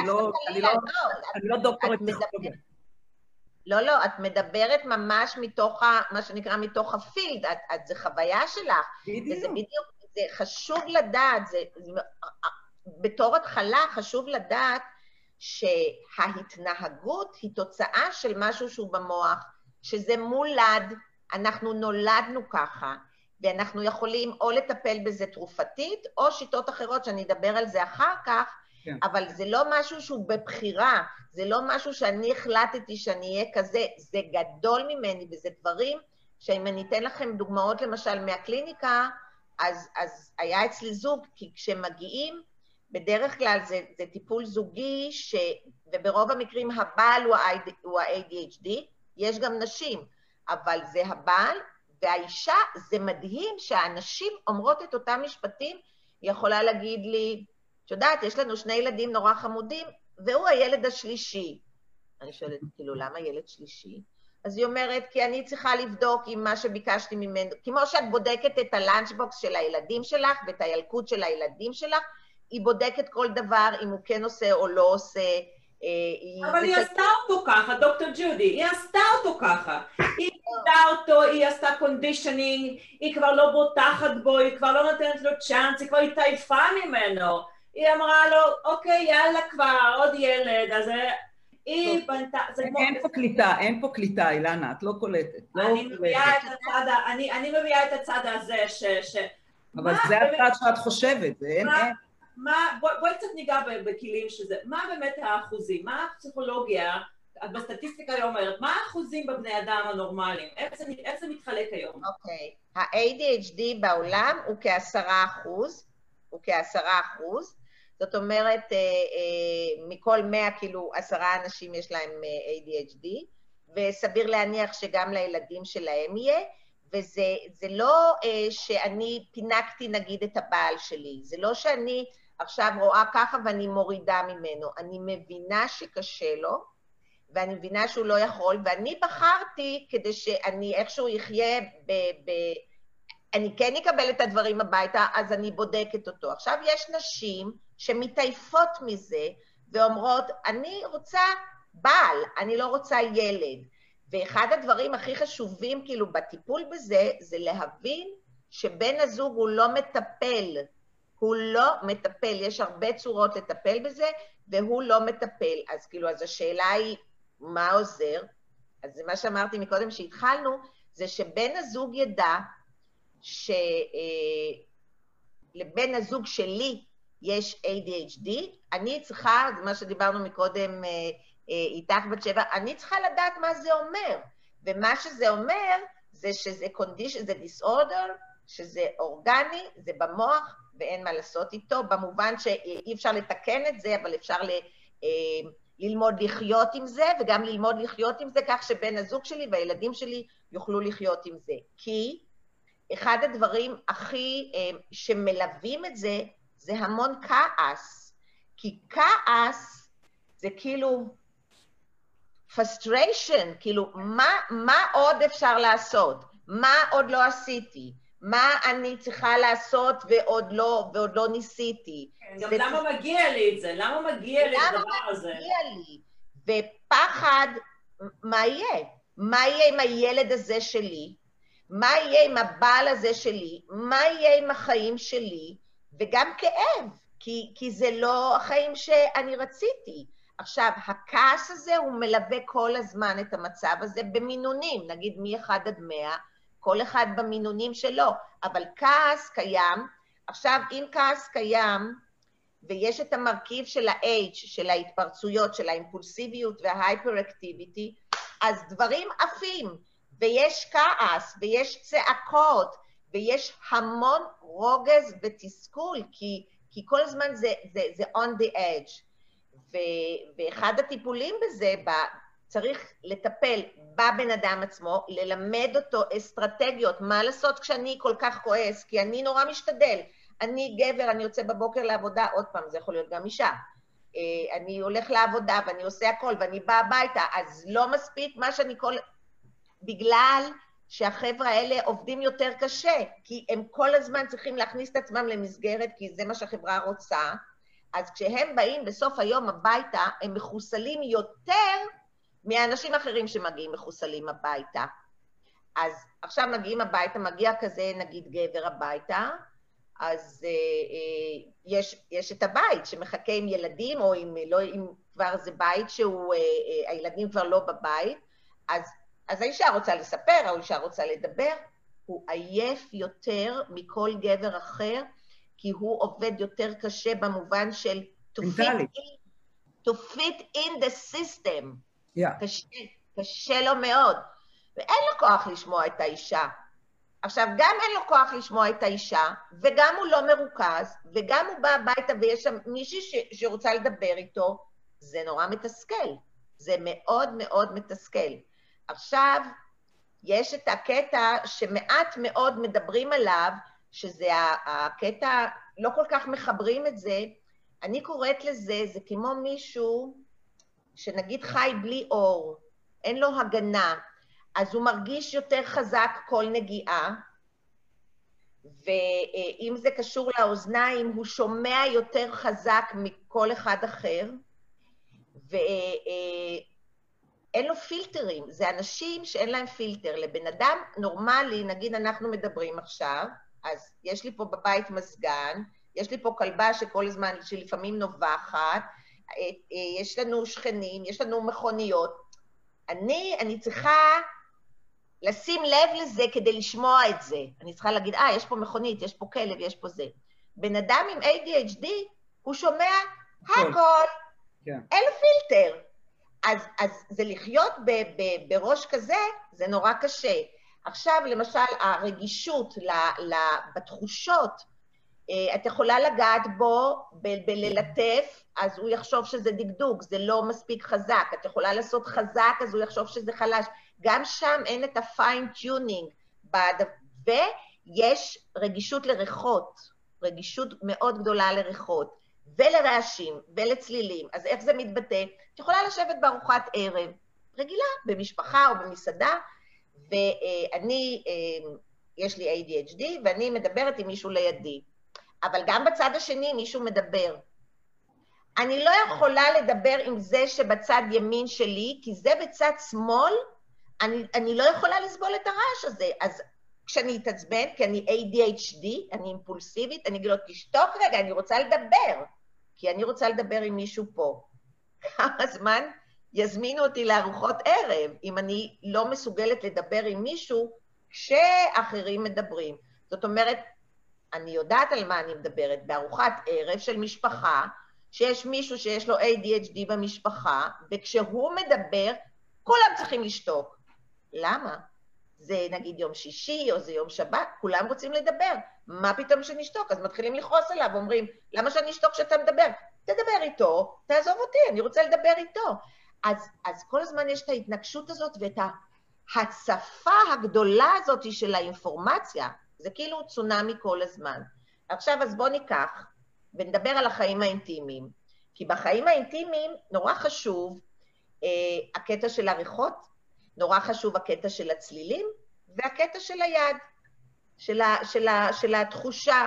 Speaker 1: לא דוקטורית פסיכולוגיה.
Speaker 3: לא, את מדברת ממש מתוך, מה שנקרא, מתוך הפילד, זה חוויה שלך. וזה בדיוק, זה חשוב לדעת, בתור התחלה חשוב לדעת שההתנהגות היא תוצאה של משהו שהוא במוח, שזה מולד, אנחנו נולדנו ככה, ואנחנו יכולים או לטפל בזה תרופתית, או שיטות אחרות שאני אדבר על זה אחר כך, כן. אבל זה לא משהו שהוא בבחירה, זה לא משהו שאני החלטתי שאני אהיה כזה, זה גדול ממני, וזה דברים שאם אני אתן לכם דוגמאות למשל מהקליניקה, אז היה אצלי זוג, כי כשמגיעים, בדרך כלל זה טיפול זוגי, וברוב המקרים הבעל הוא ה-ADHD, יש גם נשים, אבל זה הבעל, והאישה, זה מדהים שהאנשים אומרות את אותם משפטים, היא יכולה להגיד לי, יודעת, יש לנו 2 ילדים נורא חמודים, והוא הילד השלישי. אני שואלת, כאילו, למה ילד שלישי? אז היא אומרת, כי אני צריכה לבדוק עם מה שביקשתי ממנו, כמו שאת בודקת את הלאנצ'בוקס של הילדים שלך, ואת הילקוט של הילדים שלך, היא בודקת כל דבר, אם הוא כן עושה או לא עושה.
Speaker 2: אבל היא עשתה אותו ככה, דוקטור ג'ודי, היא עשתה אותו ככה. היא עשתה אותו, היא עשתה קונדישנינג, היא כבר לא בוטחת בו, היא כבר לא נותנת לו צ'אנס, היא כבר התעייפה ממנו. היא אמרה לו, אוקיי, יאללה כבר, עוד ילד, אז היא בנתה...
Speaker 1: אין פה קליטה, אילנה, את לא קולטת.
Speaker 2: אני מביאה את הצד הזה
Speaker 1: אבל זה הצד שאת חושבת, אין...
Speaker 2: בואי קצת ניגע בכלים שזה, מה באמת האחוזים, מה הפסיכולוגיה, בסטטיסטיקה היא אומרת, מה האחוזים בבני אדם הנורמליים, איך זה מתחלק היום?
Speaker 3: אוקיי, ה-ADHD בעולם הוא כ10%, זאת אומרת, מכל 100 כאילו 10 אנשים יש להם ADHD, וסביר להניח שגם לילדים שלהם יהיה, וזה לא שאני פינקתי נגיד את הבעל שלי, זה לא שאני עכשיו רואה ככה ואני מורידה ממנו, אני מבינה שקשה לו, ואני מבינה שהוא לא יכול, ואני בחרתי כדי שאני איכשהו יחיה אני כן אקבל את הדברים הביתה, אז אני בודקת אותו. עכשיו יש נשים שמתעייפות מזה, ואומרות, אני רוצה בעל, אני לא רוצה ילד. ואחד הדברים הכי חשובים כאילו בטיפול בזה, זה להבין שבן הזוג הוא לא מטפל, הוא לא מטפל, יש הרבה צורות לטפל בזה, והוא לא מטפל. אז כאילו, אז השאלה היא, מה עוזר? אז זה מה שאמרתי מקודם שהתחלנו, זה שבן הזוג ידע שלבן הזוג שלי יש ADHD, אני צריכה, מה שדיברנו מקודם איתך בת שבע, אני צריכה לדעת מה זה אומר, ומה שזה אומר זה שזה condition, זה disorder, שזה אורגני, זה במוח, ואין מה לעשות איתו, במובן שאי אפשר לתקן את זה, אבל אפשר ללמוד לחיות עם זה, וגם ללמוד לחיות עם זה כך שבן הזוג שלי והילדים שלי יוכלו לחיות עם זה. כי אחד הדברים הכי שמלווים את זה, זה המון כעס. כי כעס זה כאילו frustration, כאילו מה עוד אפשר לעשות? מה עוד לא עשיתי? מה אני צריכה לעשות ועוד לא ניסיתי?
Speaker 2: גם למה מגיע לי את זה? למה מגיע לי את הדבר הזה?
Speaker 3: למה מגיע לי? ופחד, מה יהיה? מה יהיה עם הילד הזה שלי? מה יהיה עם הבעל הזה שלי? מה יהיה עם החיים שלי? וגם כאב, כי זה לא החיים שאני רציתי. עכשיו, הכעס הזה הוא מלווה כל הזמן את המצב הזה במינונים, נגיד מ-1 עד 100, כל אחד במינונים שלו, אבל כעס קיים. עכשיו, אם כעס קיים, ויש את המרכיב של ה-H, של ההתפרצויות, של האימפולסיביות וההייפר-אקטיביטי, אז דברים עפים, ויש כעס, ויש צעקות, ויש המון רוגז ותסכול, כי כל הזמן זה on the edge. ואחד הטיפולים בזה, צריך לטפל בבן אדם עצמו, ללמד אותו אסטרטגיות, מה לעשות כשאני כל כך כועס, כי אני נורא משתדל, אני גבר, אני יוצא בבוקר לעבודה, עוד פעם, זה יכול להיות גם אישה, אני הולך לעבודה ואני עושה הכל ואני באה הביתה, אז לא מספיק מה שאני בגלל שהחבר'ה האלה עובדים יותר קשה, כי הם כל הזמן צריכים להכניס את עצמם למסגרת, כי זה מה שהחברה רוצה, אז כשהם באים בסוף היום הביתה, הם מחוסלים יותר מאנשים אחרים שמגיעים מחוסלים הביתה. אז עכשיו מגיעים הביתה, מגיע כזה נגיד גבר הביתה, אז יש את הבית שמחכה עם ילדים, או אם כבר זה בית שהילדים כבר לא בבית, אז האישה רוצה לספר, או האישה רוצה לדבר, הוא עייף יותר מכל גבר אחר, כי הוא עובד יותר קשה במובן של to fit in the system. קשה לו מאוד. ואין לו כוח לשמוע את האישה. עכשיו, גם אין לו כוח לשמוע את האישה, וגם הוא לא מרוכז, וגם הוא בא הביתה ויש שם מישהי שרוצה לדבר איתו, זה נורא מתסכל. זה מאוד מאוד מתסכל. עכשיו, יש את הקטע שמעט מאוד מדברים עליו, שזה הקטע, לא כל כך מחברים את זה, אני קוראת לזה, זה כמו מישהו שנגיד חי בלי אור, אין לו הגנה, אז הוא מרגיש יותר חזק כל נגיעה, ואם זה קשור לאוזניים, הוא שומע יותר חזק מכל אחד אחר, ואין לו פילטרים, זה אנשים שאין להם פילטר. לבן אדם נורמלי, נגיד אנחנו מדברים עכשיו, אז יש לי פה בבית מזגן, יש לי פה כלבה שכל הזמן, שלפעמים נובחת, יש לנו שכנים, יש לנו מכוניות. אני צריכה לשים לב לזה כדי לשמוע את זה. אני צריכה להגיד, יש פה מכונית, יש פה כלב, יש פה זה. בן אדם עם ADHD, הוא שומע הכל, אין לו פילטר. אז זה לחיות בראש כזה, זה נורא קשה. עכשיו, למשל, הרגישות בתחושות, את יכולה לגעת בו בללטף, אז הוא יחשוב שזה דגדוג, זה לא מספיק חזק. את יכולה לעשות חזק, אז הוא יחשוב שזה חלש. גם שם אין את ה-fine tuning, ויש רגישות לריחות, רגישות מאוד גדולה לריחות, ולרעשים, ולצלילים. אז איך זה מתבטא? את יכולה לשבת בארוחת ערב, רגילה, במשפחה או במסעדה, ואני, יש לי ADHD, ואני מדברת עם מישהו לידי. אבל גם בצד השני מישהו מדבר. אני לא יכולה לדבר עם זה שבצד ימין שלי, כי זה בצד שמאל, אני לא יכולה לסבול את הרעש הזה, אז כשאני אתעצבן, כי אני ADHD, אני אימפולסיבית, אני אגיד לו, תשתוק רגע, אני רוצה לדבר, כי אני רוצה לדבר עם מישהו פה. כמה זמן יזמינו אותי לארוחות ערב, אם אני לא מסוגלת לדבר עם מישהו כשאחרים מדברים. זאת אומרת, אני יודעת על מה אני מדברת, בארוחת ערב של משפחה, שיש מישהו שיש לו ADHD במשפחה, וכשהוא מדבר, כולם צריכים לשתוק. למה? זה נגיד יום שישי או זה יום שבת, כולם רוצים לדבר. מה פתאום שנשתוק? אז מתחילים לכעוס עליו, אומרים, למה שאני אשתוק כשאתה מדבר? תדבר איתו, תעזוב אותי, אני רוצה לדבר איתו. אז כל הזמן יש את ההתנגשות הזאת ואת ההצפה הגדולה הזאת של האינפורמציה. זה כאילו צונמי כל הזמן. עכשיו, אז בוא ניקח ונדבר על החיים האינטימיים. כי בחיים האינטימיים נורא חשוב הקטע של הריחות, נורא חשוב הקטע של הצלילים, והקטע של היד, של התחושה.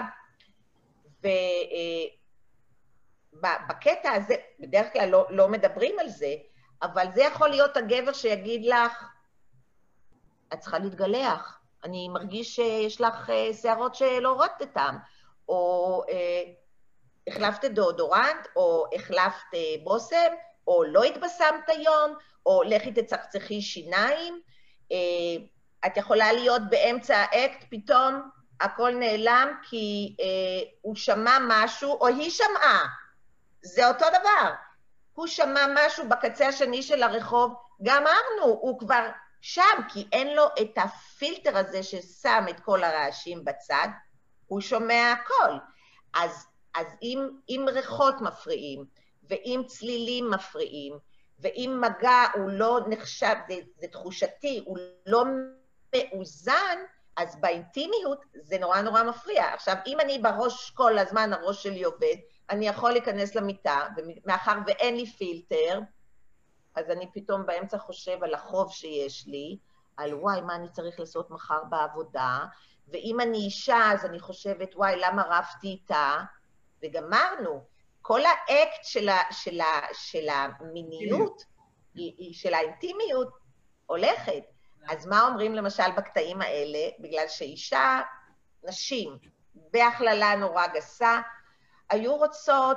Speaker 3: ובקטע הזה, בדרך כלל לא מדברים על זה, אבל זה יכול להיות הגבר שיגיד לך, את צריכה להתגלח, אני מרגיש שיש לך שערות שלא הורדתם, או החלפת דאודורנט, או החלפת בושם, או לא התבשמת היום, או לכי תצחצחי שיניים. את יכולה להיות באמצע האקט, פתאום הכל נעלם, כי הוא שמע משהו, או היא שמעה. זה אותו דבר. הוא שמע משהו בקצה השני של הרחוב, גמרנו, הוא כבר שם, כי אין לו את הפילטר הזה ששם את כל הרעשים בצד, הוא שומע הכל. אז אם ריחות מפריעים, ואם צלילים מפריעים, ואם מגע הוא לא נחשב, זה תחושתי, הוא לא מאוזן, אז באינטימיות זה נורא נורא מפריע. עכשיו, אם אני בראש כל הזמן, הראש שלי עובד, אני יכול להיכנס למיטה, ומאחר ואין לי פילטר, אז אני פתאום באמצע חושב על החוב שיש לי, על וואי, מה אני צריך לעשות מחר בעבודה, ואם אני אישה, אז אני חושבת, וואי, למה רבתי איתה? וגמרנו. כל האקט של המיניות, של האינטימיות, הולכת. אז מה אומרים למשל בקטעים האלה? בגלל שאישה, נשים, בהכללה נורא גסה, היו רוצות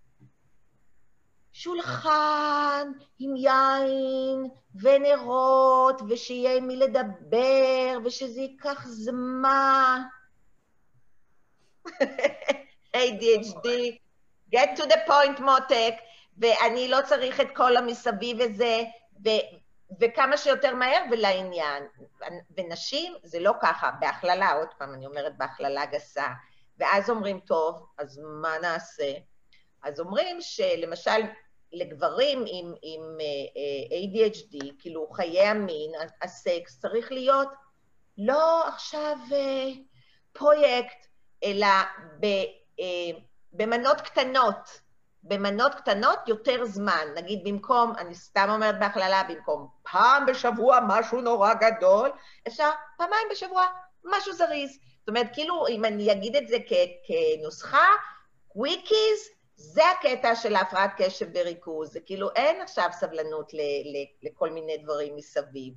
Speaker 3: שולחן עם יין ונרות, ושיהיה מי לדבר, ושזה ייקח זמן. ADHD, get to the point מותק, ואני לא צריך את כל המסביב הזה, וכמה שיותר מהר ולעניין. ונשים זה לא ככה, בהכללה, עוד פעם אני אומרת בהכללה גסה, ואז אומרים, טוב, אז מה נעשה? אז אומרים שלמשל לגברים עם ADHD, כאילו חיי המין, הסקס, צריך להיות לא עכשיו פרויקט, אלא במנות קטנות, במנות קטנות יותר זמן. נגיד במקום, אני סתם אומרת בהכללה, במקום פעם בשבוע משהו נורא גדול, אפשר פעמיים בשבוע משהו זריז. זאת אומרת, כאילו אם אני אגיד את זה כנוסחה, קוויקיז, זה הקטע של ההפרעת קשב וריכוז, זה כאילו אין עכשיו סבלנות לכל מיני דברים מסביב.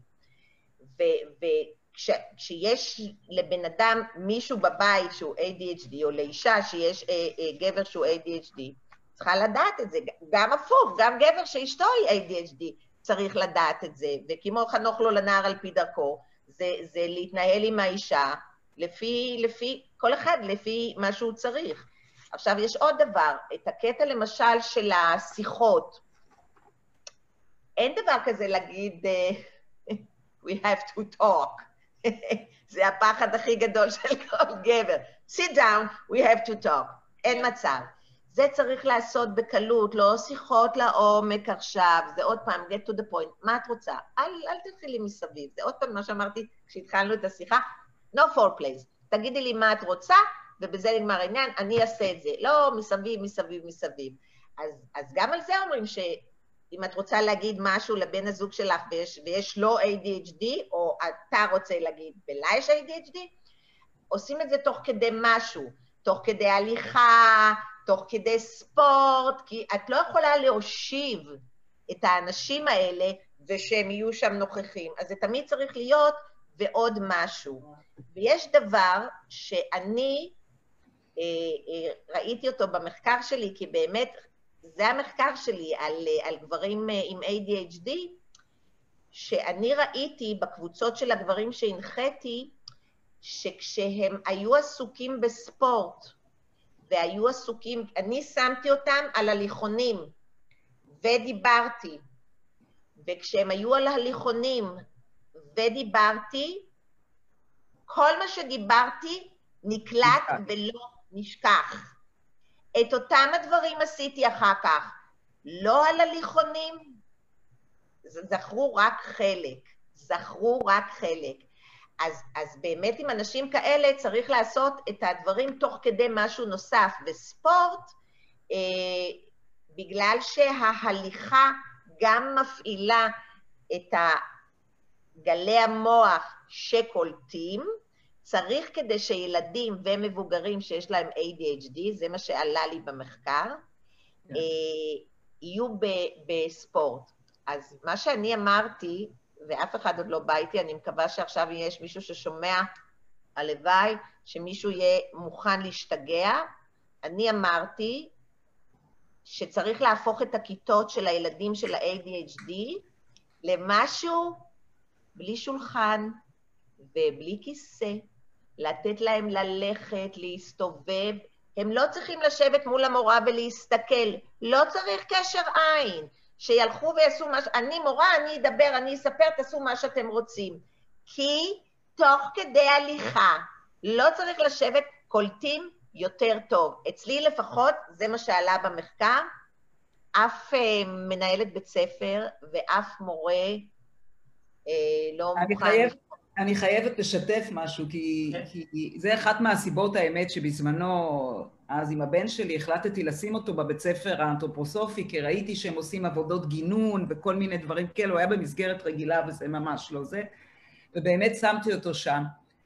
Speaker 3: וכשיש לבן אדם מישהו בבית שהוא ADHD, או לאישה שיש גבר שהוא ADHD, צריכה לדעת את זה, גם הפוך, גם גבר שאשתו היא ADHD צריך לדעת את זה, וכמו חנוך לו לנער על פי דרכו, זה להתנהל עם האישה, לפי כל אחד, לפי מה שהוא צריך. עכשיו, יש עוד דבר, את הקטע למשל של השיחות. אין דבר כזה להגיד, we have to talk. זה הפחד הכי גדול של כל גבר. sit down, we have to talk. אין מצב. זה צריך לעשות בקלות, לא שיחות לעומק עכשיו, זה עוד פעם, get to the point. מה את רוצה? אל תתחילי מסביב. זה עוד פעם מה שאמרתי כשהתחלנו את השיחה, no foreplays. תגידי לי מה את רוצה, ובזה נגמר העניין, אני אעשה את זה. לא, מסביב, מסביב, מסביב. אז גם על זה אומרים שאם את רוצה להגיד משהו לבן הזוג שלך ויש לו ADHD, או אתה רוצה להגיד, ולה יש ADHD, עושים את זה תוך כדי משהו, תוך כדי הליכה, תוך כדי ספורט, כי את לא יכולה להושיב את האנשים האלה ושהם יהיו שם נוכחים. אז זה תמיד צריך להיות ועוד משהו. ויש דבר שאני ראיתי אותו במחקר שלי, כי באמת זה המחקר שלי על גברים עם ADHD, שאני ראיתי בקבוצות של הגברים שהנחיתי, שכשהם היו עסוקים בספורט, והיו עסוקים, אני שמתי אותם על הליכונים, ודיברתי, וכשהם היו על הליכונים ודיברתי, כל מה שדיברתי נקלט ולא נשכח. את אותם הדברים עשיתי אחר כך, לא על הליכונים, זכרו רק חלק. אז באמת עם אנשים כאלה צריך לעשות את הדברים תוך כדי משהו נוסף. וספורט, בגלל שההליכה גם מפעילה את גלי המוח שקולטים, צריך כדי שילדים ומבוגרים שיש להם ADHD, זה מה שעלה לי במחקר, יהיו בספורט. אז מה שאני אמרתי, ואף אחד עוד לא בא איתי, אני מקווה שעכשיו יש מישהו ששומע, הלוואי, שמישהו יהיה מוכן להשתגע, אני אמרתי שצריך להפוך את הכיתות של הילדים של ה-ADHD למשהו בלי שולחן ובלי כיסא, לתת להם ללכת, להסתובב, הם לא צריכים לשבת מול המורה ולהסתכל, לא צריך קשר עין, שילכו ויעשו מה, אני מורה, אני אדבר, אני אספר, תעשו מה שאתם רוצים. כי תוך כדי הליכה, לא צריך לשבת, קולטים יותר טוב. אצלי לפחות, זה מה שעלה במחקר, אף מנהלת בית ספר ואף מורה לא מוכן.
Speaker 1: אני חייבת לשתף משהו, כי זה אחת מהסיבות האמת שבזמנו, אז עם הבן שלי החלטתי לשים אותו בבית ספר האנתרופוסופי, כי ראיתי שהם עושים עבודות גינון וכל מיני דברים כאלה, הוא היה במסגרת רגילה וזה ממש לא זה, ובאמת שמתי אותו שם,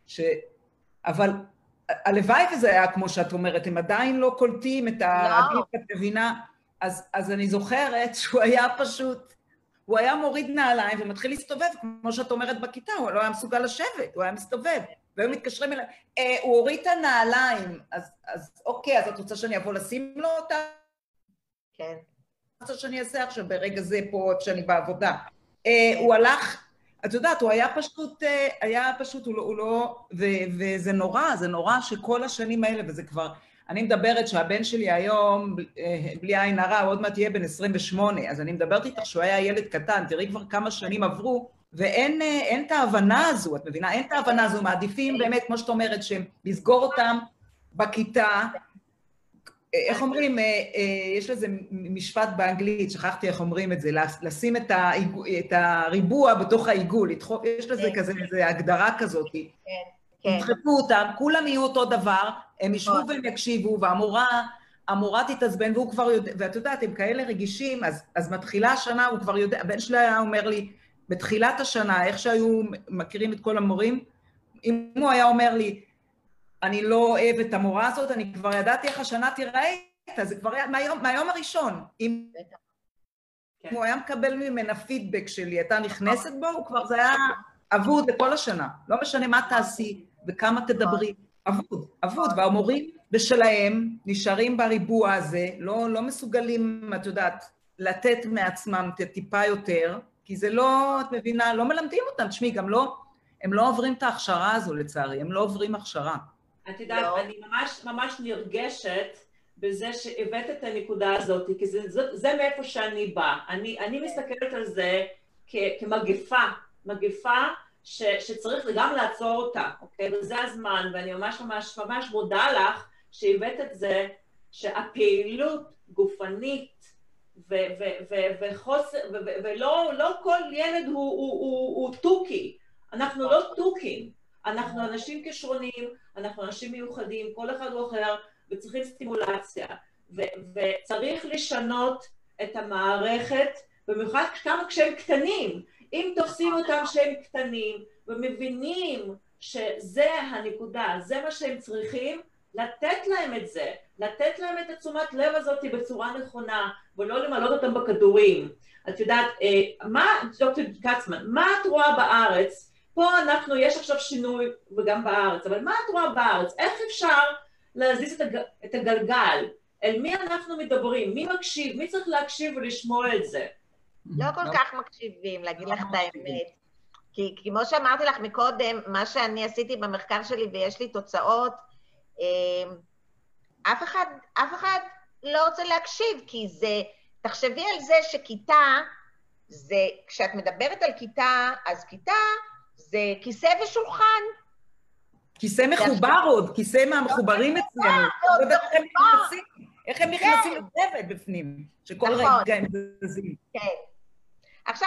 Speaker 1: אבל הלוואי וזה היה כמו שאת אומרת, הם עדיין לא קולטים את העדיף, את מבינה, אז אני זוכרת שהוא היה פשוט, הוא היה מוריד נעליים ומתחיל להסתובב, כמו שאת אומרת בכיתה, הוא לא היה מסוגל לשבת, הוא היה מסתובב, והיו מתקשרים אליו, הוא הוריד את הנעליים, אז אוקיי, אז את רוצה שאני אבוא לשים לו אותה?
Speaker 3: כן.
Speaker 1: את רוצה שאני אעשה עכשיו ברגע זה פה, כשאני בעבודה. הוא הלך, את יודעת, הוא היה פשוט, הוא לא, וזה נורא שכל השנים האלה, וזה כבר, אני מדברת שהבן שלי היום, בלי עין הרע, עוד מעט יהיה בן 28, אז אני מדברת איתך שהוא היה ילד קטן, תראי כבר כמה שנים עברו, ואין את ההבנה הזו, את מבינה? אין את ההבנה הזו, מעדיפים באמת, כמו שאת אומרת, לסגור אותם בכיתה, איך אומרים, יש לזה משפט באנגלית, שכחתי איך אומרים את זה, לשים את הריבוע בתוך העיגול, יש לזה כזה, איזו הגדרה כזאת, ידחפו אותם, כולם יהיו אותו דבר, הם ישבו והם יקשיבו, והמורה תתעצבן, והוא כבר יודע, ואת יודעת, הם כאלה רגישים, אז מתחילה השנה, הוא כבר יודע, הבן שלי היה אומר לי, בתחילת השנה, איך שהיו מכירים את כל המורים, אם הוא היה אומר לי, אני לא אוהב את המורה הזאת, אני כבר ידעתי איך השנה תיראה, זה כבר היה מהיום הראשון, אם הוא היה מקבל ממנה פידבק שלי, אתה נכנסת בו, הוא כבר זה היה עבוד לכל השנה, לא משנה מה תעשי וכמה תדברי, עבוד, והמורים בשלהם נשארים בריבוע הזה, לא מסוגלים, את יודעת, לתת מעצמם טיפה יותר, כי זה לא, את מבינה, לא מלמדים אותם, תשמעי, גם לא, הם לא עוברים את ההכשרה הזו לצערי, הם לא עוברים הכשרה.
Speaker 2: את יודעת, אני ממש נרגשת בזה שהבאת את הנקודה הזאת, כי זה מאיפה שאני באה. אני מסתכלת על זה כמגפה שצריך גם לעצור אותה, אוקיי? וזה הזמן, ואני ממש מודה לך שהבאת את זה, שהפעילות גופנית וחוסר, ולא כל ילד הוא טוקי, אנחנו לא טוקים, אנחנו אנשים כישרוניים, אנחנו אנשים מיוחדים, כל אחד הוא אחר, וצריכים סטימולציה, וצריך לשנות את המערכת, במיוחד כמה כשהם קטנים, אם תופסים אותם שהם קטנים, ומבינים שזה הנקודה, זה מה שהם צריכים, לתת להם את זה, לתת להם את התשומת לב הזאת בצורה נכונה, ולא למלא אותם בכדורים. את יודעת, מה, דוקטור קצמן, מה את רואה בארץ? פה יש עכשיו שינוי, וגם בארץ, אבל מה את רואה בארץ? איך אפשר להזיז את הגלגל? אל מי אנחנו מדברים? מי מקשיב? מי צריך להקשיב ולשמוע את זה?
Speaker 3: לא כל כך מקשיבים, להגיד לך את האמת. כי כמו שאמרתי לך מקודם, מה שאני עשיתי במחקר שלי ויש לי תוצאות, אף אחד לא רוצה להקשיב, כי זה, תחשבי על זה שכיתה, זה, כשאת מדברת על כיתה, אז כיתה זה כיסא ושולחן.
Speaker 1: כיסא מחובר עוד, כיסא מהמחוברים אצלנו. איך הם נכנסים לצוות בפנים, שכל רגע הם זזים.
Speaker 3: כן. עכשיו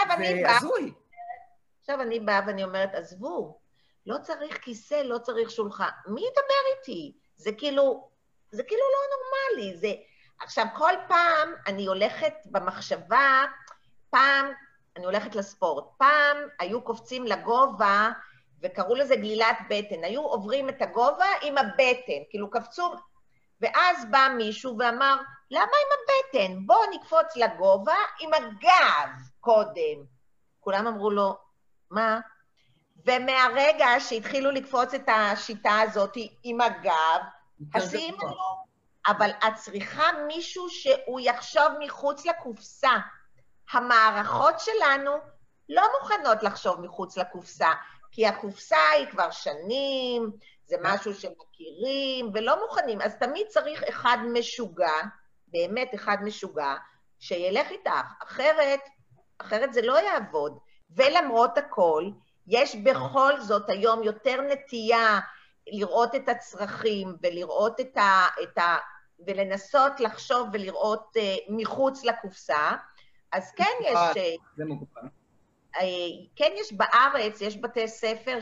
Speaker 3: אני באה ואני אומרת, עזבו, לא צריך כיסא, לא צריך שולחן. מי ידבר איתי? זה כאילו לא נורמלי. עכשיו, כל פעם אני הולכת במחשבה, פעם אני הולכת לספורט, פעם היו קופצים לגובה, וקראו לזה גלילת בטן, היו עוברים את הגובה עם הבטן, כאילו קפצו, ואז בא מישהו ואמר, למה עם הבטן? בוא נקפוץ לגובה עם הגב קודם. כולם אמרו לו, מה? ומהרגע שהתחילו לקפוץ את השיטה הזאת עם הגב, עשינו לו, אבל את צריכה מישהו שהוא יחשוב מחוץ לקופסה. המערכות שלנו לא מוכנות לחשוב מחוץ לקופסה, כי הקופסה היא כבר שנים, זה משהו שמכירים ולא מוכנים, אז תמיד צריך אחד משוגע, באמת אחד משוגע, שילך איתך, אחרת זה לא יעבוד. ולמרות הכל, יש בכל זאת היום יותר נטייה לראות את הצרכים ולראות ולנסות לחשוב ולראות מחוץ לקופסה, אז כן יש...
Speaker 1: זה מוגבל.
Speaker 3: כן יש בארץ, יש בתי ספר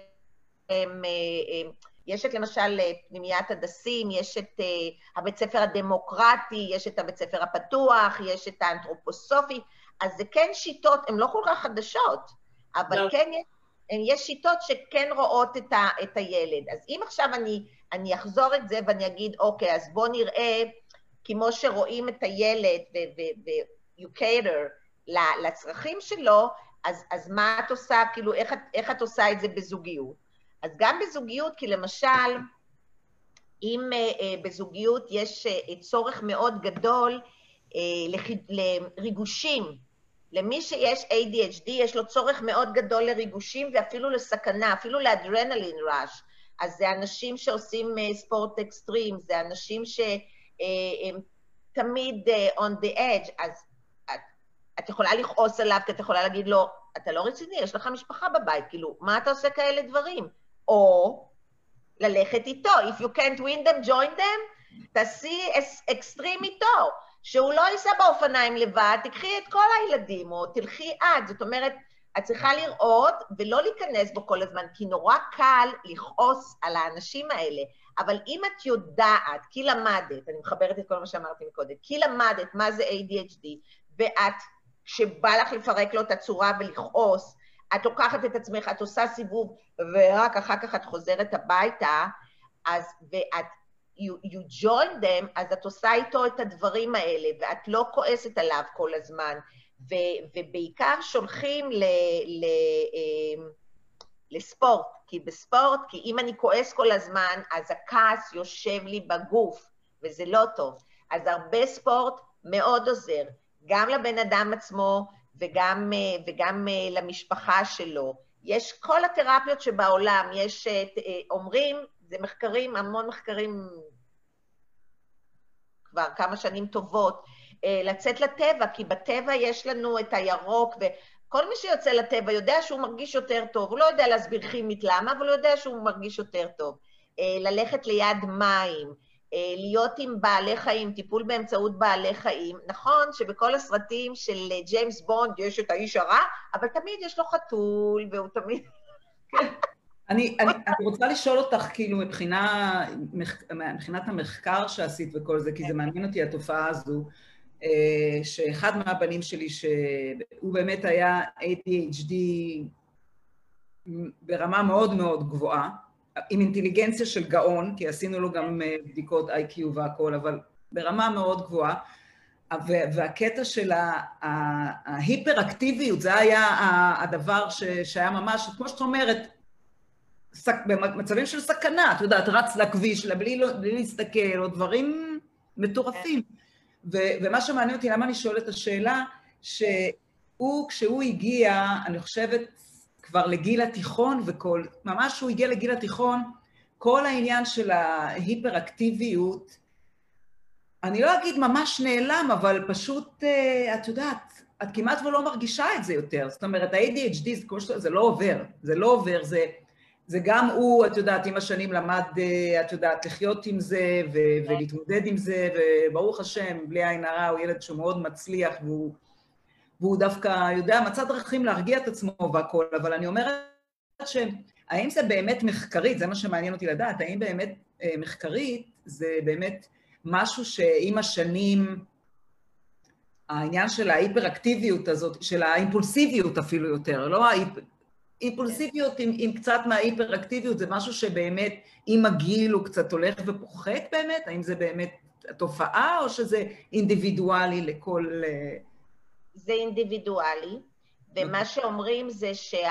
Speaker 3: יש את למשל פנימיית הדסים, יש את הבית ספר הדמוקרטי, יש את הבית ספר הפתוח, יש את האנתרופוסופי, אז זה כן שיטות, הן לא כל כך חדשות, אבל כן יש שיטות שכן רואות את הילד. אז אם עכשיו אני אחזור את זה ואני אגיד, אוקיי, אז בוא נראה, כמו שרואים את הילד ו-you cater לצרכים שלו, אז מה את עושה, כאילו, איך את עושה את זה בזוגיות? אז גם בזוגיות, כי למשל, אם בזוגיות יש צורך מאוד גדול לריגושים, למי שיש ADHD יש לו צורך מאוד גדול לריגושים ואפילו לסכנה, אפילו לאדרנלין ראש. אז זה אנשים שעושים ספורט אקסטרים, זה אנשים שהם תמיד on the edge, אז את יכולה לכעוס עליו, כי את יכולה להגיד לו, אתה לא רציני, יש לך משפחה בבית, כאילו, מה אתה עושה כאלה דברים? או ללכת איתו, if you can't win them, join them, תעשי אקסטרים איתו, שהוא לא ייסע באופניים לבד, תקחי את כל הילדים, או תלכי את, זאת אומרת, את צריכה לראות ולא להיכנס בו כל הזמן, כי נורא קל לכעוס על האנשים האלה, אבל אם את יודעת, כי למדת, אני מחברת את כל מה שאמרתי מקודם, כי למדת מה זה ADHD, ואת, כשבא לך לפרק לו את הצורה ולכעוס, את לוקחת את עצמך, את עושה סיבוב, ורק אחר כך את חוזרת הביתה, אז, ואת, you join them, אז את עושה איתו את הדברים האלה, ואת לא כועסת עליו כל הזמן, ובעיקר שולחים לספורט, כי בספורט, כי אם אני כועס כל הזמן, אז הכעס יושב לי בגוף, וזה לא טוב. אז הרבה ספורט מאוד עוזר, גם לבן אדם עצמו, וגם למשפחה שלו. יש כל התרפיות שבעולם, יש, אומרים, זה מחקרים, המון מחקרים, כבר כמה שנים טובות, לצאת לטבע, כי בטבע יש לנו את הירוק, וכל מי שיוצא לטבע יודע שהוא מרגיש יותר טוב, הוא לא יודע להסביר כימית למה, אבל הוא יודע שהוא מרגיש יותר טוב. ללכת ליד מים, להיות עם בעלי חיים, טיפול באמצעות בעלי חיים. נכון שבכל הסרטים של ג'יימס בונד יש את האיש הרע, אבל תמיד יש לו חתול, והוא תמיד...
Speaker 1: אני רוצה לשאול אותך, כאילו, מבחינת המחקר שעשית וכל זה, כי זה מעניין אותי התופעה הזו, שאחד מהבנים שלי, שהוא באמת היה ADHD ברמה מאוד מאוד גבוהה, עם אינטליגנציה של גאון, כי עשינו לו גם בדיקות IQ והכל, אבל ברמה מאוד גבוהה, והקטע של ההיפראקטיביות, זה היה הדבר שהיה ממש, כמו שאת אומרת, במצבים של סכנה, את יודעת, רץ לכביש, בלי להסתכל, או דברים מטורפים. ומה שמעניין אותי, למה אני שואלת את השאלה, כשהוא הגיע, אני חושבת, כבר לגיל התיכון, ממש הוא הגיע לגיל התיכון, כל העניין של ההיפראקטיביות, אני לא אגיד ממש נעלם, אבל פשוט, את יודעת, את כמעט ולא מרגישה את זה יותר. זאת אומרת, ה-ADHD, זה לא עובר, זה לא עובר, זה גם הוא, את יודעת, עם השנים למד, את יודעת, לחיות עם זה ולהתמודד עם זה, וברוך השם, בלי עין הרע, הוא ילד שהוא מאוד מצליח, והוא דווקא, יודע, מצא דרכים להרגיע את עצמו והכל, אבל אני אומרת האם זה באמת מחקרית, זה מה שמעניין אותי לדעת, האם באמת מחקרית זה באמת משהו שעם השנים, העניין של ההיפראקטיביות הזאת, של האימפולסיביות אפילו יותר, לא האימפולסיביות עם קצת מההיפראקטיביות, זה משהו שבאמת עם הגיל הוא קצת הולך ופוחת באמת? האם זה באמת תופעה או שזה אינדיבידואלי לכל...
Speaker 3: זה אינדיבידואלי, ומה שאומרים זה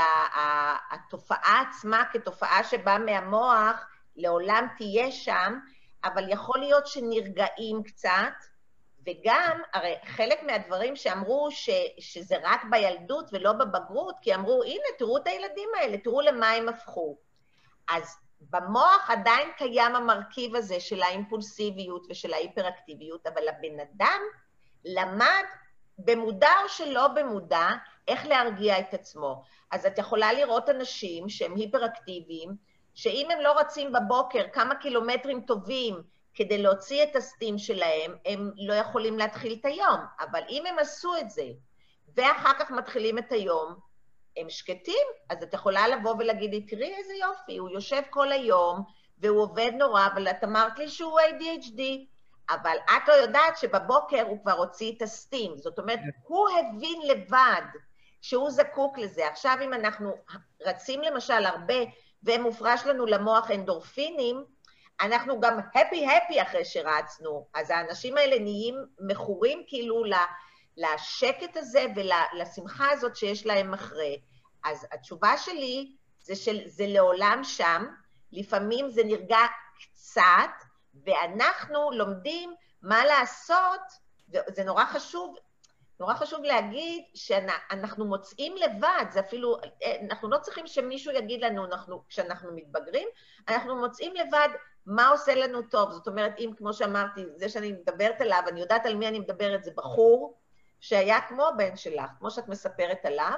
Speaker 3: שהתופעה עצמה כתופעה שבאה מהמוח לעולם תהיה שם, אבל יכול להיות שנרגעים קצת, וגם, הרי חלק מהדברים שאמרו שזה רק בילדות ולא בבגרות, כי אמרו, הנה, תראו את הילדים האלה, תראו למה הם הפכו. אז במוח עדיין קיים המרכיב הזה של האימפולסיביות ושל ההיפראקטיביות, אבל הבן אדם למד במודע או שלא במודע, איך להרגיע את עצמו. אז את יכולה לראות אנשים שהם היפראקטיביים, שאם הם לא רצים בבוקר כמה קילומטרים טובים כדי להוציא את הסטים שלהם, הם לא יכולים להתחיל את היום. אבל אם הם עשו את זה, ואחר כך מתחילים את היום, הם שקטים, אז את יכולה לבוא ולהגיד לי, תראי איזה יופי, הוא יושב כל היום, והוא עובד נורא, אבל את אמרת לי שהוא ADHD, אבל את לא יודעת שבבוקר הוא כבר הוציא את הסטים. זאת אומרת, הוא הבין לבד שהוא זקוק לזה. עכשיו, אם אנחנו רצים למשל הרבה, ומופרש לנו למוח אנדורפינים, אנחנו גם happy אחרי שרצנו. אז האנשים האלה נהיים מכורים כאילו לשקט הזה ולשמחה הזאת שיש להם אחרי. אז התשובה שלי זה לעולם שם, לפעמים זה נרגע קצת, ואנחנו לומדים מה לעשות, וזה נורא חשוב להגיד שאנחנו מוצאים לבד, זה אפילו, אנחנו לא צריכים שמישהו יגיד לנו, כשאנחנו מתבגרים, אנחנו מוצאים לבד מה עושה לנו טוב. זאת אומרת, אם כמו שאמרתי, זה שאני מדברת עליו, אני יודעת על מי אני מדברת, זה בחור שהיה כמו הבן שלך, כמו שאת מספרת עליו,